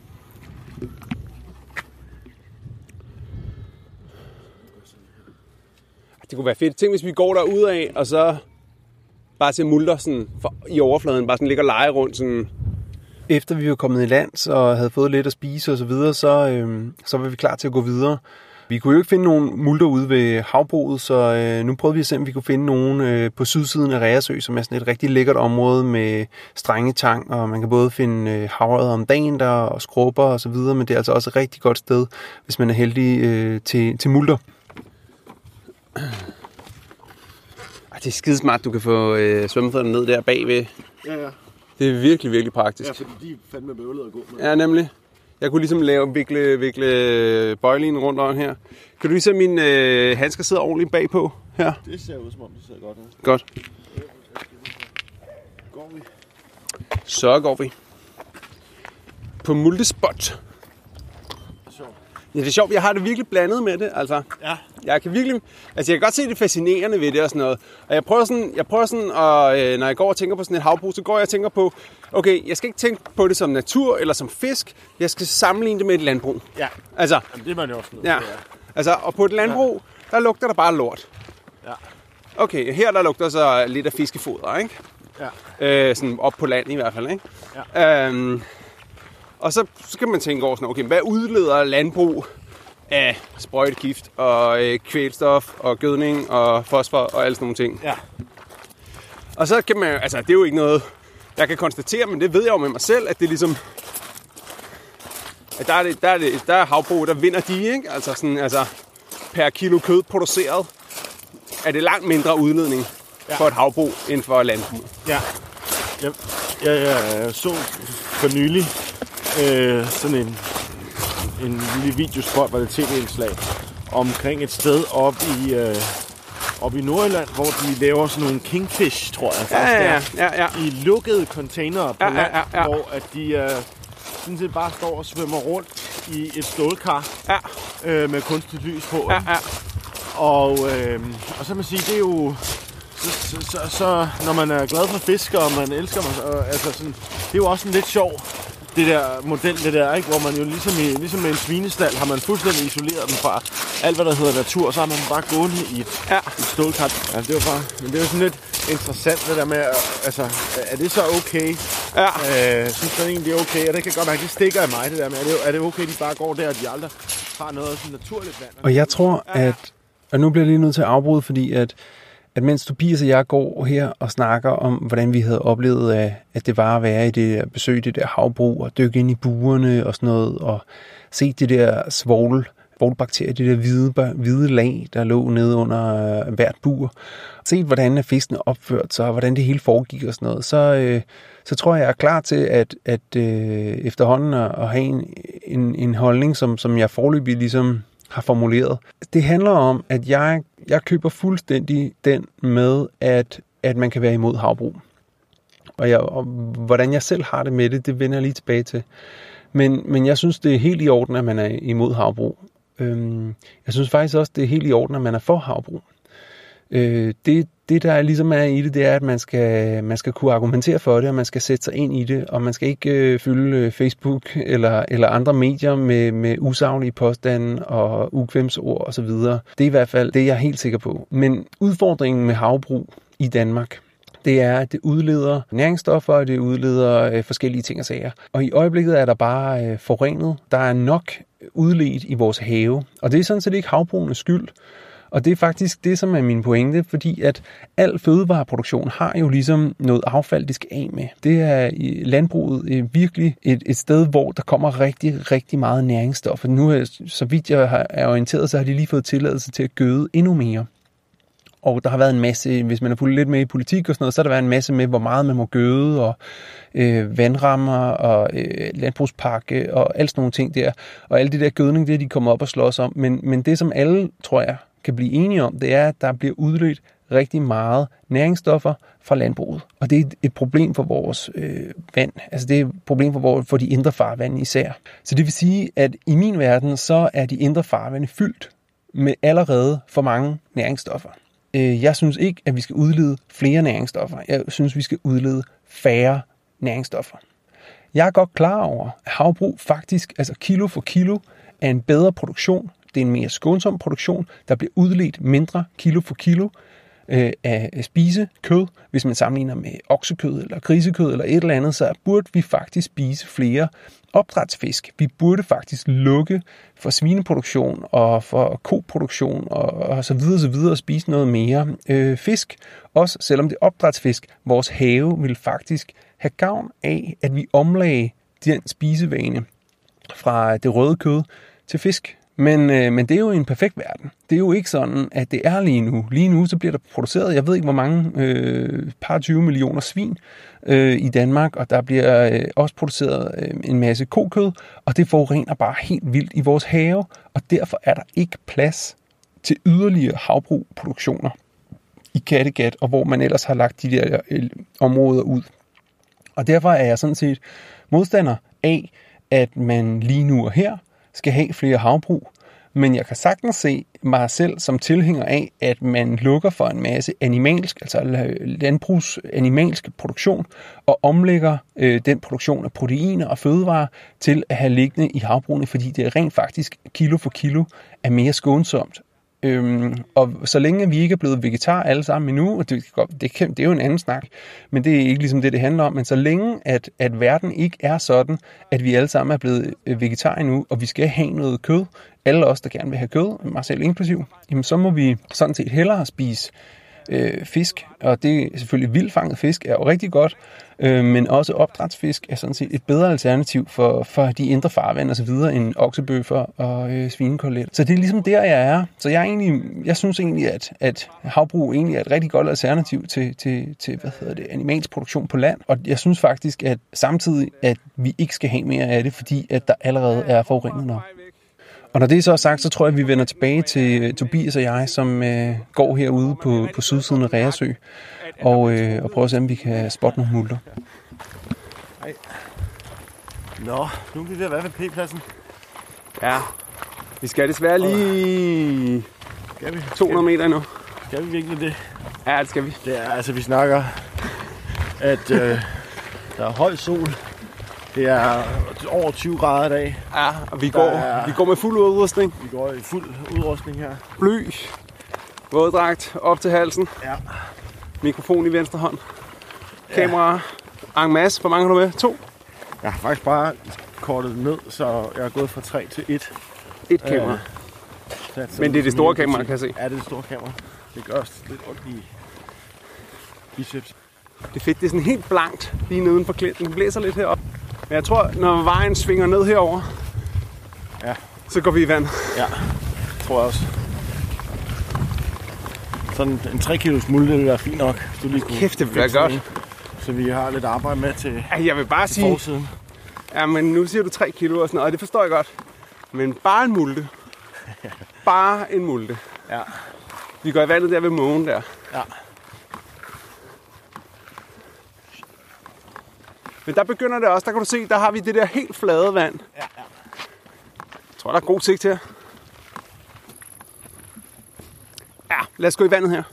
Det kunne være fedt. Tænk, hvis vi går derud af, og så bare ser multer sådan for, i overfladen, bare sådan ligger og leger rundt. Sådan. Efter vi var kommet i land og havde fået lidt at spise og så videre, så, øhm, så var vi klar til at gå videre. Vi kunne jo ikke finde nogen multer ude ved havbruget, så øh, nu prøvede vi at se, om vi kunne finde nogen øh, på sydsiden af Reersø, som er sådan et rigtig lækkert område med strenge tang, og man kan både finde øh, havret om dagen der, og skrubber og så videre, men det er altså også et rigtig godt sted, hvis man er heldig øh, til, til multer. Ej, det er skidesmart, du kan få øh, svømmefødderne ned der bagved. Ja, ja. Det er virkelig, virkelig praktisk. Ja, fordi de er fandme bøvlede at gå med. Ja, nemlig. Jeg kunne ligesom lave, vikle, vikle bøjlingen rundt om her. Kan du lige se, min øh, handsker sidder ordentligt bagpå her? Det ser ud, som om det sidder godt ud. Godt. Går vi? Så går vi. På multespot. Sjovt. Ja, det er sjovt. Jeg har det virkelig blandet med det. Altså, Ja. jeg kan virkelig, altså jeg kan godt se det fascinerende ved det og sådan noget. Og jeg prøver sådan, jeg prøver sådan og øh, når jeg går og tænker på sådan et havbrug, så går jeg og tænker på, okay, jeg skal ikke tænke på det som natur eller som fisk. Jeg skal sammenligne det med et landbrug. Ja. Altså, Jamen, det er man jo også nødt ja. til, ja. Altså, og på et landbrug, der lugter der bare lort. Ja. Okay, her der lugter så lidt af fiskefoder, ikke? Ja. Øh, sådan op på land i hvert fald, ikke? Ja. Øhm, og så, så kan man tænke over sådan, okay, hvad udleder landbrug af sprøjtegift og øh, kvælstof og gødning og fosfor og alle sådan nogle ting? Ja. Og så kan man jo, altså det er jo ikke noget, jeg kan konstatere, men det ved jeg jo med mig selv, at det er ligesom, at der er, det, der er, det, der er havbrug, der vinder de, ikke? Altså sådan, altså per kilo kød produceret, er det langt mindre udledning ja. for et havbrug end for et landbrug. Ja. Jeg, jeg, jeg så for nylig øh, sådan en, en lille videospot, hvor det tv-indslag, omkring et sted op i, øh, op i Nordjylland, hvor de laver sådan nogle kingfish, tror jeg faktisk, ja, ja, ja, ja. i lukkede containere på ja, ja, land, ja, ja. hvor at de øh, sådan set bare står og svømmer rundt i et stålkar ja. øh, med kunstigt lys på. Ja, ja. Og, øh, og så kan man sige, det er jo... Så, så, så, så når man er glad for fisk, og man elsker mig, og, altså sådan, det er jo også en lidt sjov, det der model, det der, ikke? Hvor man jo ligesom, i, ligesom med en svinestald, har man fuldstændig isoleret den fra alt, hvad der hedder natur, og så har man bare gående i et, ja. et stålkart. Ja, det var bare, men det er jo sådan lidt interessant, det der med, altså, er det så okay? Ja. Øh, synes man egentlig, det er okay? Og det kan godt være, det stikker i mig, det der med, er det, er det okay, de bare går der, og de aldrig har noget sådan naturligt vand? Og jeg tror, at, og nu bliver jeg lige nødt til at afbryde, fordi at at mens Tobias og jeg går her og snakker om, hvordan vi havde oplevet, at, at det var at være i det der, besøg det der havbrug, og dykke ind i burene og sådan noget, og se det der svovl, svovlbakterier, det der hvide, hvide lag, der lå nede under uh, hvert bur, se hvordan fiskene opførte sig, og hvordan det hele foregik og sådan noget, så, øh, så tror jeg, jeg er klar til at, at øh, efterhånden at, at have en, en, en holdning, som, som jeg foreløbig ligesom har formuleret. Det handler om, at jeg, jeg køber fuldstændig den med, at, at man kan være imod havbrug. Og, jeg, og hvordan jeg selv har det med det, det vender jeg lige tilbage til. Men, men jeg synes, det er helt i orden, at man er imod havbrug. Øhm, jeg synes faktisk også, det er helt i orden, at man er for havbrug. Øh, det, det, der ligesom er i det, det er, at man skal, man skal kunne argumentere for det, og man skal sætte sig ind i det, og man skal ikke øh, fylde Facebook eller, eller andre medier med, med usaglige påstande og ukvemsord osv. Det er i hvert fald det, jeg er helt sikker på. Men udfordringen med havbrug i Danmark, det er, at det udleder næringsstoffer, og det udleder øh, forskellige ting og sager. Og i øjeblikket er der bare øh, forurenet. Der er nok udledt i vores have, og det er sådan set ikke havbrugenes skyld. Og det er faktisk det, som er min pointe, fordi at al fødevareproduktion har jo ligesom noget affald, det skal af med. Det er i landbruget virkelig et, et sted, hvor der kommer rigtig, rigtig meget næringsstoffer. Nu er, så vidt jeg er orienteret, så har de lige fået tilladelse til at gøde endnu mere. Og der har været en masse, hvis man har fulgt lidt med i politik og sådan noget, så har der været en masse med, hvor meget man må gøde, og øh, vandrammer, og øh, landbrugspakke, og alt sådan nogle ting der. Og alle de der gødning, det er de kommet op og slås om. Men, men det, som alle, tror jeg, kan blive enige om, det er, at der bliver udledt rigtig meget næringsstoffer fra landbruget. Og det er et problem for vores øh, vand. Altså det er et problem for, vores, for de indre farvande især. Så det vil sige, at i min verden, så er de indre farvande fyldt med allerede for mange næringsstoffer. Jeg synes ikke, at vi skal udlede flere næringsstoffer. Jeg synes, vi skal udlede færre næringsstoffer. Jeg er godt klar over, at havbrug faktisk, altså kilo for kilo, er en bedre produktion. Det er en mere skånsom produktion. Der bliver udledt mindre kilo for kilo øh, af spise kød. Hvis man sammenligner med oksekød eller grisekød eller et eller andet, så burde vi faktisk spise flere opdrætsfisk. Vi burde faktisk lukke for svineproduktion og for koproduktion og, og så videre, så videre og spise noget mere øh, fisk. Også selvom det er opdrætsfisk. Vores have vil faktisk have gavn af, at vi omlagde den spisevane fra det røde kød til fisk. Men, øh, men det er jo en perfekt verden. Det er jo ikke sådan, at det er lige nu. Lige nu så bliver der produceret, jeg ved ikke hvor mange, øh, par tyve millioner svin øh, i Danmark, og der bliver øh, også produceret øh, en masse kokød, og det forurener bare helt vildt i vores have, og derfor er der ikke plads til yderligere havbrugproduktioner i Kattegat, og hvor man ellers har lagt de der øh, områder ud. Og derfor er jeg sådan set modstander af, at man lige nu og her skal have flere havbrug, men jeg kan sagtens se mig selv som tilhænger af, at man lukker for en masse animalsk, altså landbrugs animalsk produktion, og omlægger øh, den produktion af proteiner og fødevarer til at have liggende i havbrugene, fordi det rent faktisk kilo for kilo er mere skånsomt. Øhm, og så længe vi ikke er blevet vegetar alle sammen endnu, og det, det, det er jo en anden snak, men det er ikke ligesom det, det handler om, men så længe, at, at verden ikke er sådan, at vi alle sammen er blevet vegetar endnu, og vi skal have noget kød, alle os, der gerne vil have kød, mig selv inklusiv, jamen så må vi sådan set hellere spise øh, fisk, og det er selvfølgelig vildfanget fisk, er jo rigtig godt, øh, men også opdrætsfisk er sådan set et bedre alternativ for, for de indre farvand og så videre end oksebøffer og øh, svinekotelet. Så det er ligesom der, jeg er. Så jeg, er egentlig, jeg synes egentlig, at, at havbrug egentlig er et rigtig godt alternativ til, til, til hvad hedder det, animalsk produktion på land, og jeg synes faktisk, at samtidig, at vi ikke skal have mere af det, fordi at der allerede er forurenet nok. Og når det er så sagt, så tror jeg, at vi vender tilbage til Tobias og jeg, som øh, går herude på, på sydsiden af Reersø, og, øh, og prøver at se, om vi kan spotte nogle multer. Hej. Nå, nu er vi ved at være ved P-pladsen. Ja, vi skal desværre lige skal vi? to hundrede meter endnu. Skal vi virkelig det? Ja, det skal vi. Det er, altså, vi snakker, at øh, der er høj sol. Det er over tyve grader i dag. Ja, og vi går, er, vi går med fuld udrustning. Vi går i fuld udrustning her. Bly, våddragt op til halsen. Ja. Mikrofon i venstre hånd. Kamera en masse. Hvor mange har du med? To? Jeg har faktisk bare kortet ned, så jeg er gået fra tre til et. Et kamera. Øh, Men det er det store kamera, kan jeg se. Ja, det er det store kamera. Det gør også lidt ondt i biceps. Det er fedt, det er sådan helt blankt lige neden for klinten. Det blæser lidt herop. Men jeg tror, når vejen svinger ned herover, ja, så går vi i vand. Ja, tror jeg også. Sådan en tre kilos mulde ville være fint nok. Du lige kunne kæft, det bliver godt. En, så vi har lidt arbejde med til ja, jeg vil bare sige, forsiden. Ja, men nu siger du tre kilo og sådan noget, og det forstår jeg godt. Men bare en mulde. Bare en mulde. Ja. Vi går i vandet der ved mågen der. Ja. Men der begynder det også, der kan du se, der har vi det der helt flade vand. Ja, ja. Jeg tror, der er god sigt her. Ja, lad os gå i vandet her.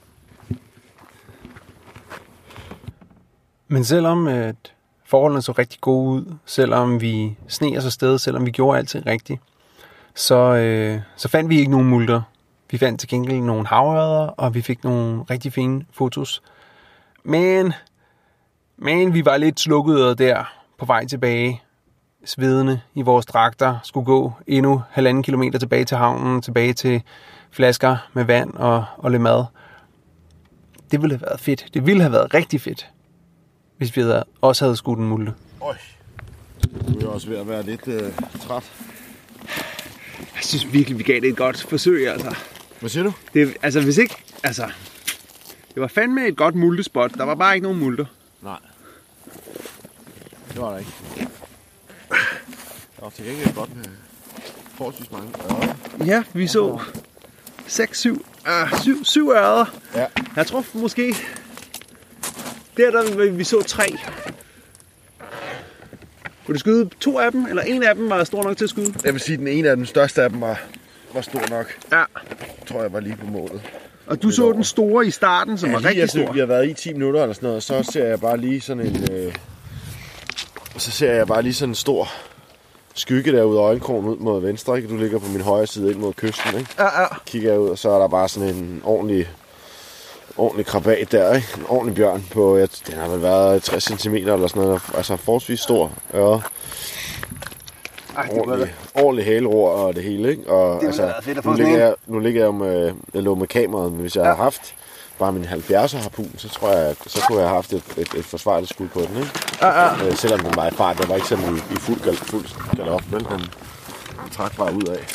Men selvom at forholdene så rigtig gode ud, selvom vi sneg os afsted, selvom vi gjorde alting rigtigt, så, øh, så fandt vi ikke nogen multer. Vi fandt til gengæld nogle havørreder, og vi fik nogle rigtig fine fotos. Men... Men vi var lidt slukkede der på vej tilbage. svedende i vores dragter, skulle gå endnu halvanden kilometer tilbage til havnen, tilbage til flasker med vand og, og lidt mad. Det ville have været fedt. Det ville have været rigtig fedt, hvis vi havde, også havde skudt en multe. Øj, du er også ved at være lidt øh, træt. Jeg synes virkelig, vi gav det et godt forsøg, altså. Hvad siger du? Det, altså, hvis ikke... Altså, det var fandme et godt multespot. Der var bare ikke nogen multer. Nej. Det var der ikke. Der var til gengæld godt med forholdsvis mange ørder. Ja, vi så seks, syv, øh, syv, syv ørder. Ja. Jeg tror måske... Der, der vi så tre. Kunne du skyde to af dem, eller en af dem var stor nok til at skyde? Jeg vil sige, at den ene af den største af dem var, var stor nok. Ja. Jeg tror, jeg var lige på målet. Og du så over. Den store i starten, som ja, var lige, rigtig stor. Vi har været i ti minutter eller sådan noget, og så ser jeg bare lige sådan en... Øh, så ser jeg bare lige sådan en stor skygge derude af øjenkrogen ud mod venstre. Ikke? Du ligger på min højre side ind mod kysten. Ikke? Ja, ja. Kigger jeg ud, og så er der bare sådan en ordentlig... ordentlig krabat der, ikke? En ordentlig bjørn på, ja, den har vel været tres centimeter eller sådan noget, altså forholdsvis stor øre. Ordentlig, ordentlig hæleror og det hele, ikke? Og, altså, nu, ligger jeg, nu ligger jeg med, jeg lå med kameraet, men hvis jeg ja. havde haft bare min halvfjerdser harpun, så tror jeg, så kunne jeg have haft et, et, et forsvarligt skud på den, ikke? Ja, ja. Øh, selvom den var i fart, der var ikke sådan i, i fuld, gal, fuld galop, vel? Den trak bare ud af.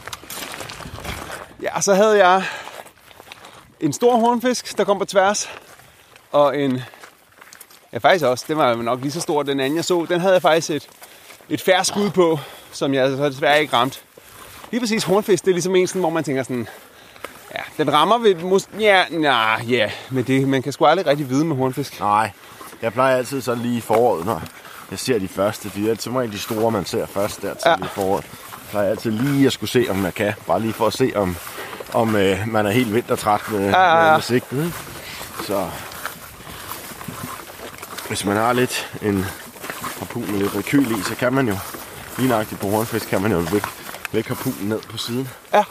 Ja, så havde jeg en stor hornfisk, der kom på tværs, og en, ja faktisk også, den var nok lige så stor, den anden jeg så, den havde jeg faktisk et, et færre skud på, som jeg så desværre ikke ramt. Lige præcis hornfisk, det er ligesom en sådan, hvor man tænker sådan, ja, den rammer ved, mås- ja, nej, ja, men det, man kan sgu aldrig rigtig vide med hornfisk. Nej, jeg plejer altid så lige i foråret, når jeg ser de første, de er som regel de store, man ser først der til ja. i foråret. Jeg plejer altid lige at skulle se, om jeg kan, bare lige for at se, om om øh, man er helt vintertræt med, ja, ja, ja. med sigten. Så hvis man har lidt en harpun med lidt rekyl i, så kan man jo, lige nøjagtigt på hornfisk, kan man jo væk, væk harpunen ned på siden. Ja.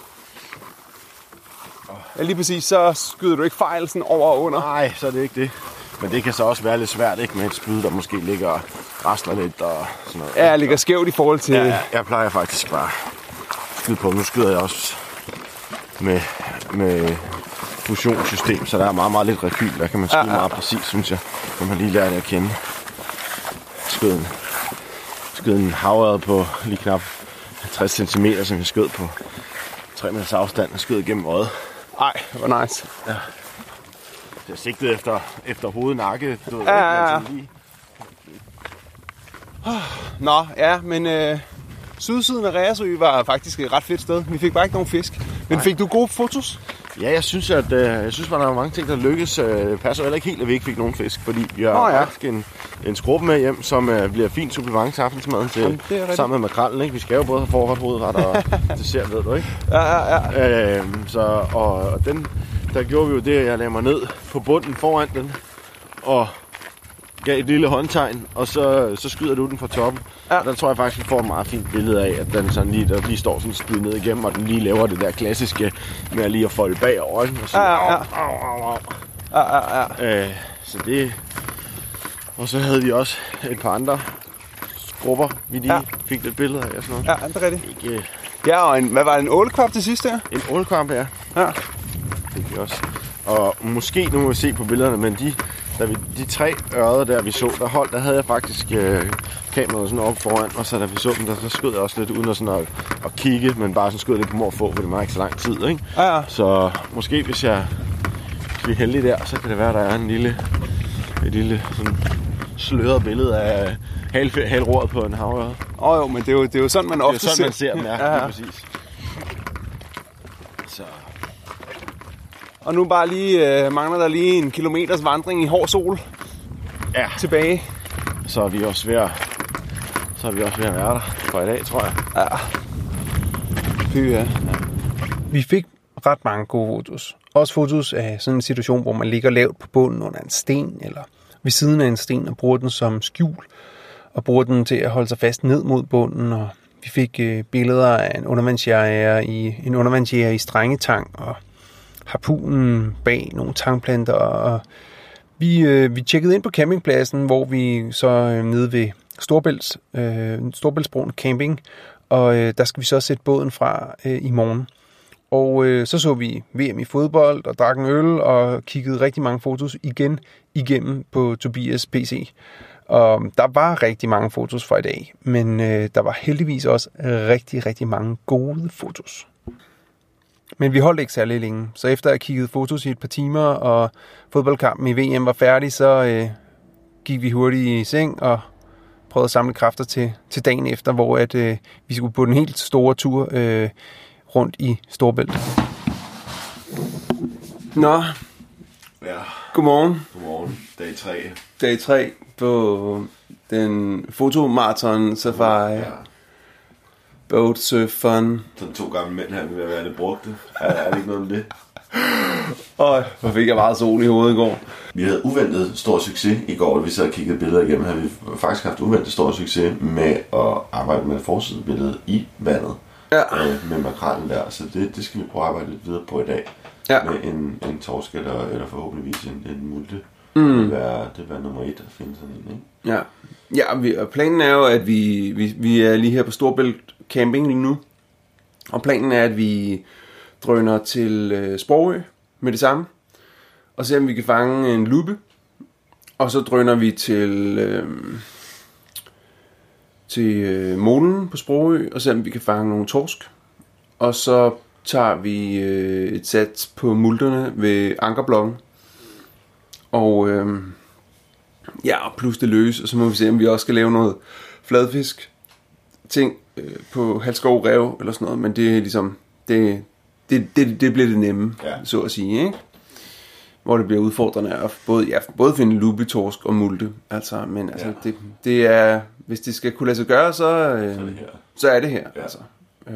Ja, lige præcis, så skyder du ikke fejl sådan over og under. Nej, så er det ikke det. Men det kan så også være lidt svært, ikke, med et spyd, der måske ligger og rasler lidt og sådan noget. Ja, ligger skævt i forhold til... Ja, ja, jeg plejer faktisk bare at skyde på. Nu skyder jeg også med, med fusionssystem, så der er meget, meget lidt rekyl. Der kan man skyde ja, ja. meget præcis, synes jeg, når man lige lærer det at kende. Skød en, skød en havørred på lige knap halvtreds centimeter, som jeg skød på tre meters afstand og skød gennem øjet. Ej, hvor nice. Ja. Jeg sigtede efter, efter hoved nakke. Du ja, ja, ja. Lige... Nå, ja, men øh, sydsiden af Reersø var faktisk et ret fedt sted. Vi fik bare ikke nogen fisk. Men Nej. Fik du gode fotos? Ja, jeg synes, at øh, jeg synes, at der var mange ting, der lykkedes. Det passer heller ikke helt, at vi ikke fik nogen fisk, fordi vi har oh, ja. faktisk en, en skrubbe med hjem, som øh, bliver fint supplement til aftensmaden til, sammen med makrellen, ikke? Vi skal jo både have forret, hovedret og dessert, ved du, ikke? Ja, ja, ja. Øh, så, og, og den, der gjorde vi jo det, at jeg lagde mig ned på bunden foran den, og gav et lille håndtegn, og så, så skyder du den fra toppen. Ja. Og der tror jeg faktisk, vi får et meget fint billede af, at den sådan lige, der lige står sådan spydet ned igennem, og den lige laver det der klassiske med at lige at folde bag over. Og så, ja, ja, ja. Au, au, au, au. Ja, ja, ja. Øh, så det... Og så havde vi også et par andre skrubber, vi lige ja. fik lidt billeder af og sådan noget. Ja, det er rigtigt. Ikke, ja, og en, hvad var det, en ålekvap til sidst der? En ålekvap, ja. Ja. Det fik vi også. Og måske, nu må vi se på billederne, men de... Da vi, de tre ørder der, vi så, der holdt, der havde jeg faktisk øh, kameraet sådan op foran, og så da vi så dem, der så skød jeg også lidt uden at, sådan at, at kigge, men bare sådan skød lidt på mor få, for det var ikke så lang tid, ikke? Ja, ja. Så måske, hvis jeg hvis vi er heldige der, så kan det være, der er en lille, et lille sådan sløret billede af hal, halroret på en havørred. Åh oh, jo, men det er jo, det er jo sådan, man ofte ser. Det er sådan, man ser dem, ja, ja. Præcis. Så... Og nu bare lige øh, mangler der lige en kilometers vandring i hård sol. Ja. Tilbage. Så er vi også ved at, så er vi også ved at være der for i dag, tror jeg. Ja. Fy, ja. Vi fik ret mange gode fotos. Også fotos af sådan en situation, hvor man ligger lavt på bunden under en sten, eller ved siden af en sten, og bruger den som skjul, og bruger den til at holde sig fast ned mod bunden. Og vi fik øh, billeder af en undervandsjæger i, en undervandsjæger i Strengetang, og harpunen bag nogle tangplanter, og vi, øh, vi tjekkede ind på campingpladsen, hvor vi så øh, nede ved Storebælts, øh, Storebæltsbroen Camping, og øh, der skal vi så sætte båden fra øh, i morgen. Og øh, så så vi V M i fodbold og drak en øl og kiggede rigtig mange fotos igen igennem på Tobias P C. Og der var rigtig mange fotos fra i dag, men øh, der var heldigvis også rigtig, rigtig mange gode fotos. Men vi holdt ikke særlig længe, så efter at have kigget fotos i et par timer, og fodboldkampen i V M var færdig, så øh, gik vi hurtigt i seng og prøvede at samle kræfter til, til dagen efter, hvor at, øh, vi skulle på den helt store tur øh, rundt i Storebælt. Nå, ja. Godmorgen. Godmorgen. Dag tre. Dag tre på den fotomarathon safari. Ja. Boat surf fun. Sådan to gamle mænd her ved at være det brugte. Er, er det ikke noget om det? Åh, hvor fik jeg meget sol i hovedet i går. Vi havde uventet stor succes i går, da vi så havde kigget billeder igennem. Havde vi faktisk haft uventet stor succes med at arbejde med forsidebilledet i vandet. Ja. Øh, med makrellen der. Så det, det skal vi prøve at arbejde lidt videre på i dag. Ja. Med en, en torsk eller, eller forhåbentligvis en, en multe. Mm. Det vil være, det vil være nummer et at finde sådan en, ikke? Ja, ja vi, og planen er jo, at vi, vi, vi er lige her på Storebælt Camping lige nu. Og planen er, at vi drøner til øh, Sprogø med det samme. Og ser, om vi kan fange en lupe. Og så drøner vi til, øh, til øh, molen på Sprogø, og ser, om vi kan fange nogle torsk. Og så tager vi øh, et sats på multerne ved ankerblokken. Og øh, ja, plus det løs, og så må vi se, om vi også skal lave noget fladfisk ting øh, på Halskov Rev eller sådan noget, men det er ligesom, det, det, det, det bliver det nemme, ja. Så at sige, ikke? Hvor det bliver udfordrende at både, ja, både finde lupe, torsk og multe, altså, men altså, ja. det, det er, hvis det skal kunne lade sig gøre, så, øh, så, er, det så er det her, ja. Altså. Øh.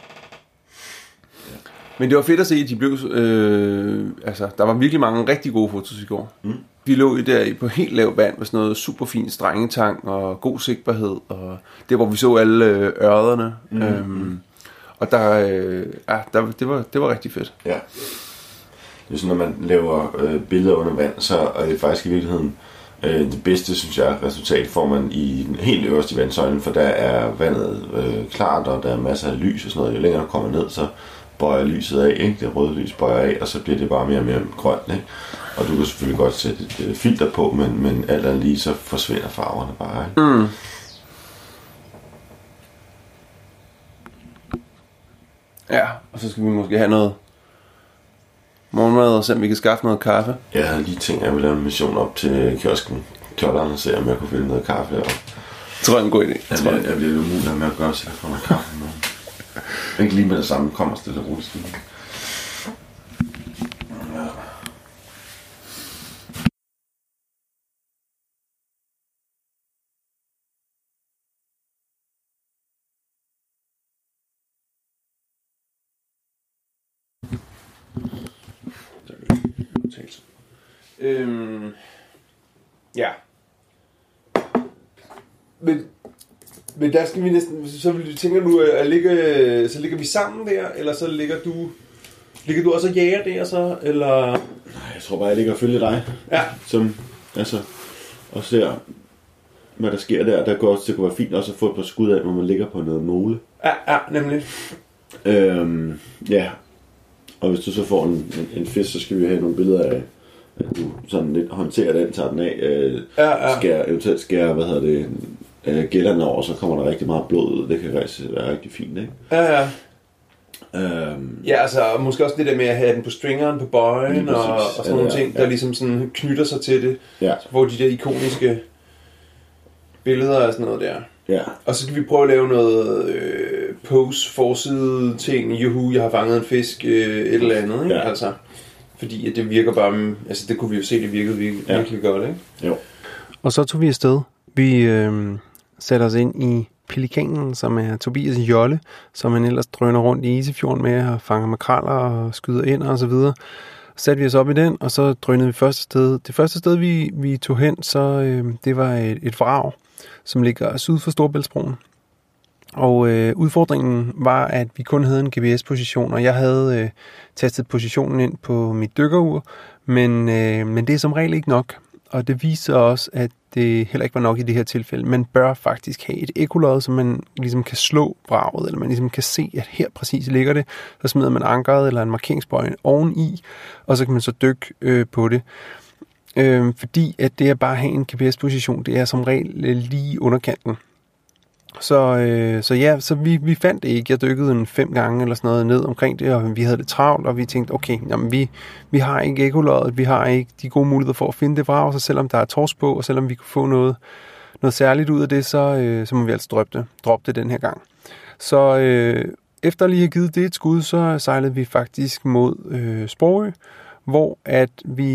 Men det var fedt at se, at de blev, øh, altså, der var virkelig mange rigtig gode fotos i går. Mm. Vi lå der på helt lav vand med sådan noget super fint strengetang og god sigtbarhed, og det hvor vi så alle øh, ørrederne. Mm. Øhm, og der, øh, ja, der, det, var, det var rigtig fedt. Ja. Det er sådan, når man laver øh, billeder under vand, så er det faktisk i virkeligheden øh, det bedste, synes jeg, resultat får man i den helt øverste vandsøjlen, for der er vandet øh, klart, og der er masser af lys og sådan noget. Jo længere du kommer ned, så bøjer lyset af, ikke? Det røde lys bøjer af, og så bliver det bare mere og mere grønt, ikke? Og du kan selvfølgelig godt sætte et, et filter på, men, men alt andet lige, så forsvinder farverne bare, ikke? Mm. Ja, og så skal vi måske have noget morgenmad, og se om vi kan skaffe noget kaffe. Jeg havde lige tænkt, at jeg ville lave en mission op til kiosken, Klodderen, og se om jeg kunne finde noget kaffe deroppe. Jeg tror, det er en god idé. Jeg, jeg, jeg bliver umuligt med at gøre, så jeg får noget kaffe med. Ikke lige med det samme, kommer stille og roligt. Ja. Øhm, ja. Men, men der skal vi næsten, så vil, tænker du at ligge, så ligger vi sammen der, eller så ligger du, ligger du også og jager der så, eller? Nej, jeg tror bare, jeg ligger og følger dig. Ja. Som, altså, og ser, hvad der sker der. Der går også, det kunne være fint også at få et par skud af, hvor man ligger på noget mole. Ja, ja, nemlig. Øhm, ja. Og hvis du så får en, en, en fisk, så skal vi have nogle billeder af, at du sådan lidt håndterer den, tager den af, øh, ja, ja. Skærer, eventuelt skærer, hvad hedder det, øh, gælderne over, så kommer der rigtig meget blod ud. Det kan rigtig, være rigtig fint, ikke? Ja, ja. Øhm, ja, altså måske også det der med at have den på stringeren på bøjen og, og sådan ja, nogle ja, ting, der ja. Ligesom sådan knytter sig til det. Ja. Hvor de der ikoniske billeder og sådan noget der. Ja. Og så skal vi prøve at lave noget øh, pose forside ting. Juhu, jeg har fanget en fisk, øh, et eller andet, ikke? Ja. Altså, fordi at det virker bare, altså det kunne vi jo se, det virkede virkelig, ja. virkelig godt, ikke? Jo. Og så tog vi afsted. Vi øh, satte os ind i Pelikanen, som er Tobias jolle, som han ellers drøner rundt i Isefjorden med og fanger makraller og skyder ind og så videre. Så satte vi os op i den, og så drønede vi første sted. Det første sted, vi, vi tog hen, så øh, det var et, et vrag, som ligger syd for Storebæltsbroen. Og øh, udfordringen var, at vi kun havde en G P S-position, og jeg havde øh, tastet positionen ind på mit dykkerur, men, øh, men det er som regel ikke nok. og det viser også, at det heller ikke var nok i det her tilfælde. Man bør faktisk have et ekkolod, så man ligesom kan slå vraget, eller man ligesom kan se, at her præcis ligger det. Så smider man ankeret eller en markeringsbøje oveni, og så kan man så dykke øh, på det. Øh, fordi at det at bare have en G P S-position, det er som regel øh, lige underkanten. Så, øh, så ja, så vi, vi fandt det ikke. Jeg dykkede en fem gange eller sådan noget ned omkring det, og vi havde det travlt, og vi tænkte, okay, jamen vi, vi har ikke ekkoloddet, vi har ikke de gode muligheder for at finde det vrag, så selvom der er torsk på, og selvom vi kunne få noget, noget særligt ud af det, så, øh, så må vi altså droppe det, droppe det den her gang. Så øh, efter lige at have givet det et skud, så sejlede vi faktisk mod øh, Sprogø, hvor at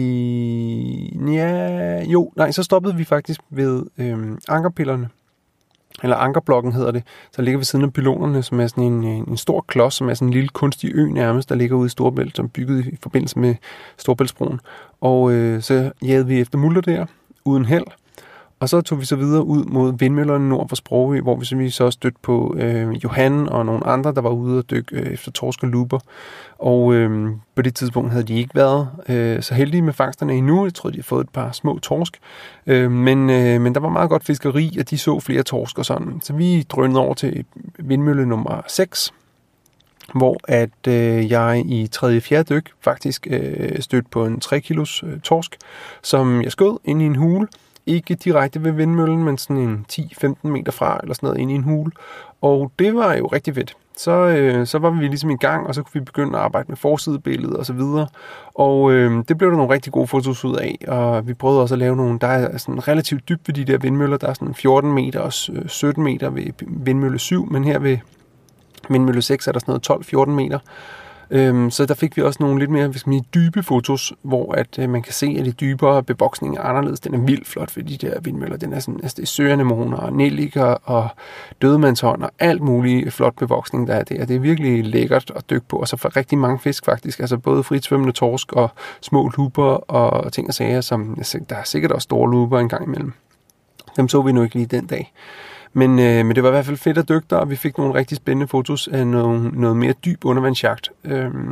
vi... Ja, jo, nej, så stoppede vi faktisk ved øh, ankerpillerne. Eller ankerblokken hedder det, så ligger ved siden af pylonerne, som er sådan en, en stor klods, som er sådan en lille kunstig ø nærmest, der ligger ude i Storebælt, som er bygget i forbindelse med Storebæltsbroen. Og øh, så jagede vi efter multer der, uden held. Og så tog vi så videre ud mod vindmøllerne nord for Sprogø, hvor vi så, vi så stødte på øh, Johan og nogle andre, der var ude og dykke øh, efter torsk og luper. Og øh, på det tidspunkt havde de ikke været øh, så heldige med fangsterne endnu. Jeg tror, de havde fået et par små torsk. Øh, men, øh, men der var meget godt fiskeri, og de så flere torsk og sådan. Så vi drønede over til vindmølle nummer seks, hvor at øh, jeg i tredje fjerde dyk faktisk øh, stødte på en tre kilos øh, torsk, som jeg skød ind i en hule. Ikke direkte ved vindmøllen, men sådan en ti til femten meter fra, eller sådan noget, ind i en hule. Og det var jo rigtig fedt. Så, øh, så var vi ligesom i gang, og så kunne vi begynde at arbejde med forsidebilledet og så videre. Og øh, det blev der nogle rigtig gode fotos ud af, og vi prøvede også at lave nogle, der er sådan relativt dybt ved de der vindmøller. Der er sådan fjorten meter og sytten meter ved vindmølle syv, men her ved vindmølle seks er der sådan noget tolv til fjorten meter. Øhm, så der fik vi også nogle lidt mere hvis man, dybe fotos, hvor at, øh, man kan se, at de dybere bevoksning er anderledes. Den er vildt flot for de der vindmøller. Den er sådan, altså det er søanemoner og nelliker og dødemandshånd og alt muligt flot bevoksning, der er der. Det er virkelig lækkert at dykke på, og så for rigtig mange fisk faktisk. Altså både fritsvømmende torsk og små luper og ting og sager, som der er sikkert også store luper en gang imellem. Dem så vi nu ikke lige den dag. Men, øh, men det var i hvert fald fedt at dykke der, og vi fik nogle rigtig spændende fotos af noget, noget mere dyb undervandsjagt. Øhm,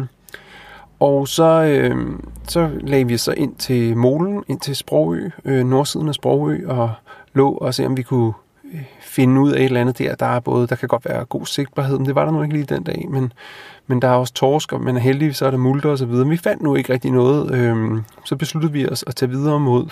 og så, øh, så lagde vi så ind til molen, ind til Sprogø, øh, nordsiden af Sprogø, og lå og se, om vi kunne øh, finde ud af et eller andet der. Der er både, der kan godt være god sigtbarhed, men det var der nu ikke lige den dag. Men, men der er også torsk, og man er heldig, så er der multer og så videre. Men vi fandt nu ikke rigtig noget. Øh, så besluttede vi os at tage videre mod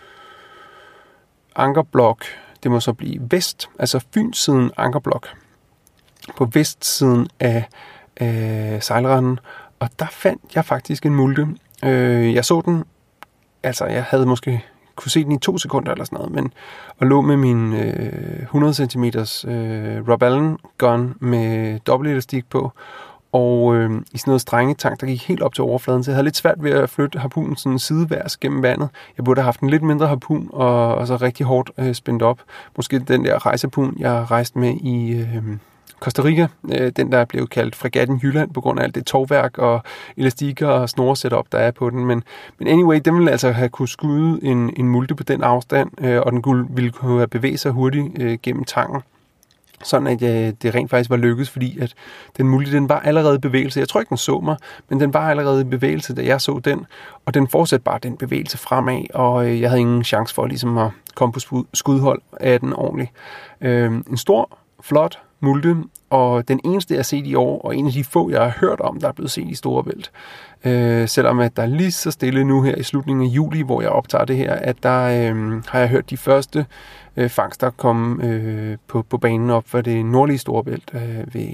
Ankerblok. Det må så blive vest, altså Fynssiden Ankerblok, på vestsiden af, af sejlranden. Og der fandt jeg faktisk en multe. Øh, jeg så den, altså jeg havde måske kunne se den i to sekunder eller sådan noget, men og lå med min øh, hundrede centimeter øh, Rob Allen gun med dobbelt elastik på, og øh, i sådan noget strengetang, der gik helt op til overfladen, så jeg havde lidt svært ved at flytte harpunen sådan sideværs gennem vandet. Jeg burde have haft en lidt mindre harpun, og, og så rigtig hårdt øh, spændt op. Måske den der rejseharpun, jeg rejste med i øh, Costa Rica, øh, den der blev kaldt Fregatten Jylland, på grund af alt det tovværk og elastikker og snore setup, der er på den. Men, men anyway, den ville altså have kunne skyde en, en multe på den afstand, øh, og den kunne, ville kunne have bevæget sig hurtigt øh, gennem tangen. Sådan at øh, det rent faktisk var lykkedes, fordi at den mulige, den var allerede i bevægelse. Jeg tror ikke, den så mig, men den var allerede i bevægelse, da jeg så den. Og den fortsatte bare den bevægelse fremad, og øh, jeg havde ingen chance for ligesom at komme på skudhold af den ordentligt. Øh, en stor, flot multe, og den eneste, jeg har set i år, og en af de få, jeg har hørt om, der er blevet set i Storebælt. Øh, selvom at der er lige så stille nu her i slutningen af juli, hvor jeg optager det her, at der øh, har jeg hørt de første øh, fangster komme øh, på, på banen op for det nordlige Storebælt øh, ved,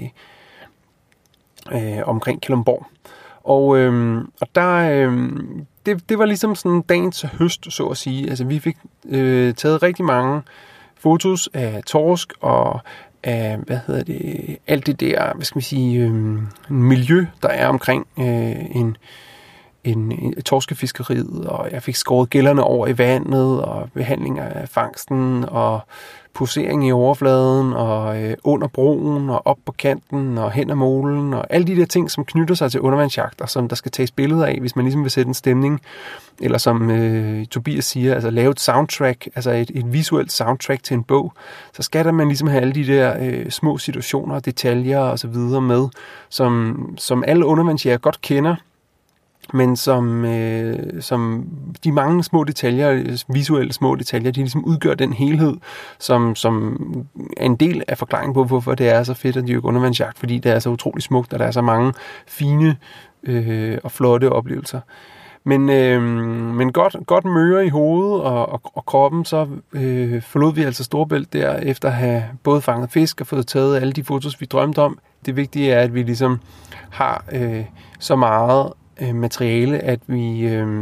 øh, omkring Kalundborg. Og, øh, og der, øh, det, det var ligesom sådan dagens høst, så at sige. Altså vi fik øh, taget rigtig mange fotos af torsk og af, hvad hedder det, alt det der, hvad skal vi sige, øh, miljø, der er omkring øh, en, en, en torskefiskeriet, og jeg fik skåret gællerne over i vandet, og behandling af fangsten, og posering i overfladen, og øh, under broen, og op på kanten, og hen ad molen, og alle de der ting, som knytter sig til undervandsjagter, som der skal tages billeder af, hvis man ligesom vil sætte en stemning, eller som øh, Tobias siger, altså lave et soundtrack, altså et, et visuelt soundtrack til en bog, så skal der man ligesom have alle de der øh, små situationer, detaljer og så videre med, som, som alle undervandsjæger godt kender, men som, øh, som de mange små detaljer, visuelle små detaljer, de ligesom udgør den helhed, som, som er en del af forklaringen på, hvorfor det er så fedt at dyrke undervandsjagt, fordi det er så utrolig smukt, og der er så mange fine øh, og flotte oplevelser. Men, øh, men godt, godt møre i hovedet og, og, og kroppen, så øh, forlod vi altså Storebælt der, efter at have både fanget fisk og fået taget alle de fotos, vi drømte om. Det vigtige er, at vi ligesom har øh, så meget øh, materiale, at vi... Øh,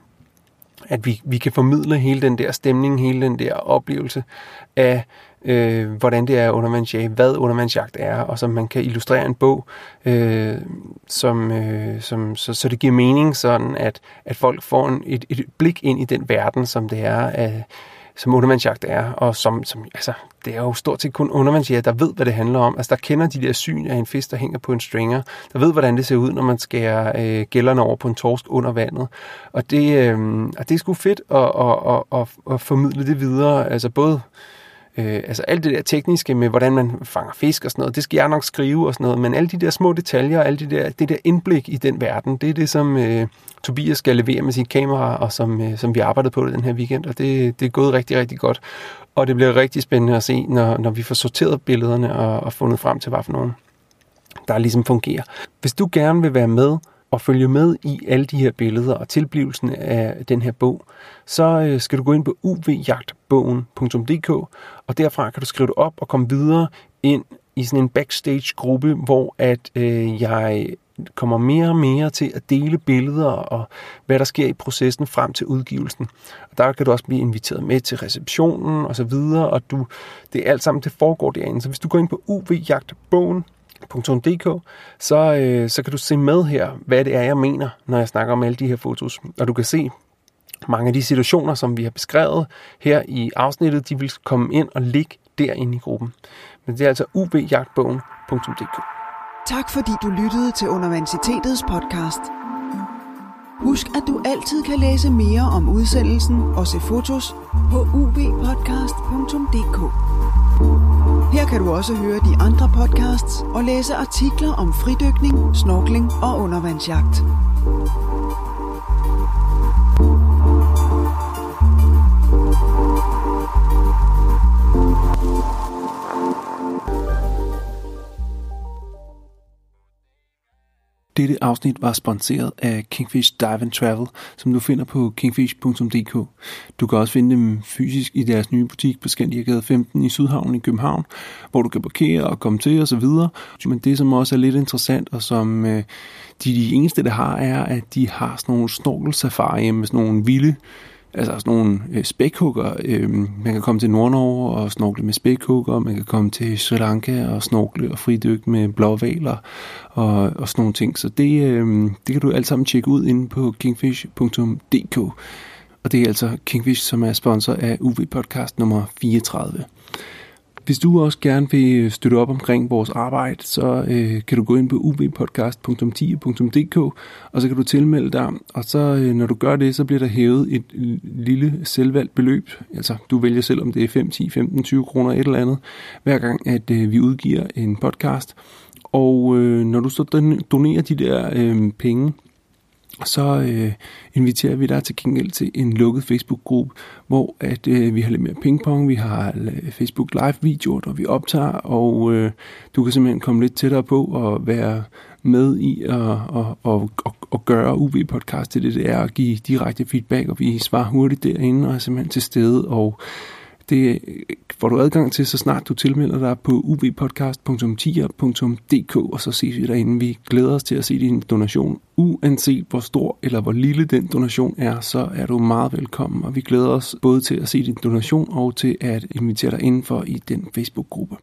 at vi, vi kan formidle hele den der stemning, hele den der oplevelse af, øh, hvordan det er undervandsjagt, hvad undervandsjagt er, og så man kan illustrere en bog, øh, som, øh, som, så, så det giver mening sådan, at, at folk får en, et, et blik ind i den verden, som det er, af, som undervandsjagt er, og som, som altså, det er jo stort set kun undervandsjæger, der ved, hvad det handler om. Altså, der kender de der syn af en fisk, der hænger på en stringer, der ved, hvordan det ser ud, når man skærer øh, gællerne over på en torsk under vandet. Og det, øh, og det er sgu fedt at, at, at, at, at formidle det videre, altså både Øh, altså alt det der tekniske med, hvordan man fanger fisk og sådan noget, det skal jeg nok skrive og sådan noget, men alle de der små detaljer, alle de der, det der indblik i den verden, det er det, som øh, Tobias skal levere med sit kamera, og som, øh, som vi arbejdede på det den her weekend, og det, det er gået rigtig, rigtig godt. Og det bliver rigtig spændende at se, når, når vi får sorteret billederne og, og fundet frem til, hvad for nogen, der ligesom fungerer. Hvis du gerne vil være med og følge med i alle de her billeder og tilblivelsen af den her bog, så øh, skal du gå ind på u v jagtbogen punktum d k, og derfra kan du skrive det op og komme videre ind i sådan en backstage-gruppe, hvor at øh, jeg kommer mere og mere til at dele billeder og hvad der sker i processen frem til udgivelsen. Og der kan du også blive inviteret med til receptionen og så videre, og du, det er alt sammen, det foregår derinde. Så hvis du går ind på u v jagtbogen punktum d k, så, øh, så kan du se med her, hvad det er, jeg mener, når jeg snakker om alle de her fotos. Og du kan se mange af de situationer, som vi har beskrevet her i afsnittet, de vil komme ind og ligge derinde i gruppen. Men det er altså u v jagtbogen punktum d k. Tak fordi du lyttede til Universitetets podcast. Husk, at du altid kan læse mere om udsendelsen og se fotos på u v podcast punktum d k. Her kan du også høre de andre podcasts og læse artikler om fridykning, snorkling og undervandsjagt. Dette afsnit var sponsoreret af Kingfish Dive and Travel, som du finder på kingfish punktum d k. Du kan også finde dem fysisk i deres nye butik på Skandiagade femten i Sydhavnen i København, hvor du kan parkere og komme til og så videre. Men det, som også er lidt interessant, og som øh, de, de eneste, der har, er, at de har sådan nogle snorkelsafari med sådan nogle vilde, altså sådan nogle øh, spækhugger. Øh, man kan komme til Nord-Norge og snorkle med spækhugger, man kan komme til Sri Lanka og snorkle og fridykke med blåhvaler og, og sådan nogle ting. Så det, øh, det kan du alt sammen tjekke ud inde på kingfish punktum d k. Og det er altså Kingfish, som er sponsor af U V-podcast nummer fireogtredive. Hvis du også gerne vil støtte op omkring vores arbejde, så øh, kan du gå ind på u v podcast punktum ti punktum d k, og så kan du tilmelde dig, og så øh, når du gør det, så bliver der hævet et lille selvvalgt beløb. Altså du vælger selv, om det er fem, ti, femten, tyve kroner et eller andet, hver gang at øh, vi udgiver en podcast. Og øh, når du så donerer de der øh, penge, så øh, inviterer vi dig til gengæld til en lukket Facebook-gruppe, hvor at øh, vi har lidt mere pingpong, vi har Facebook Live-videoer, der vi optager, og øh, du kan simpelthen komme lidt tættere på og være med i at og, og, og, og gøre U V-podcast til det, det er at give direkte feedback, og vi svarer hurtigt derinde og er simpelthen til stede, og det får du adgang til, så snart du tilmelder dig på u v podcast punktum ti punktum d k, og så ses vi derinde. Vi glæder os til at se din donation. Uanset hvor stor eller hvor lille den donation er, så er du meget velkommen, og vi glæder os både til at se din donation og til at invitere dig indenfor i den Facebook-gruppe.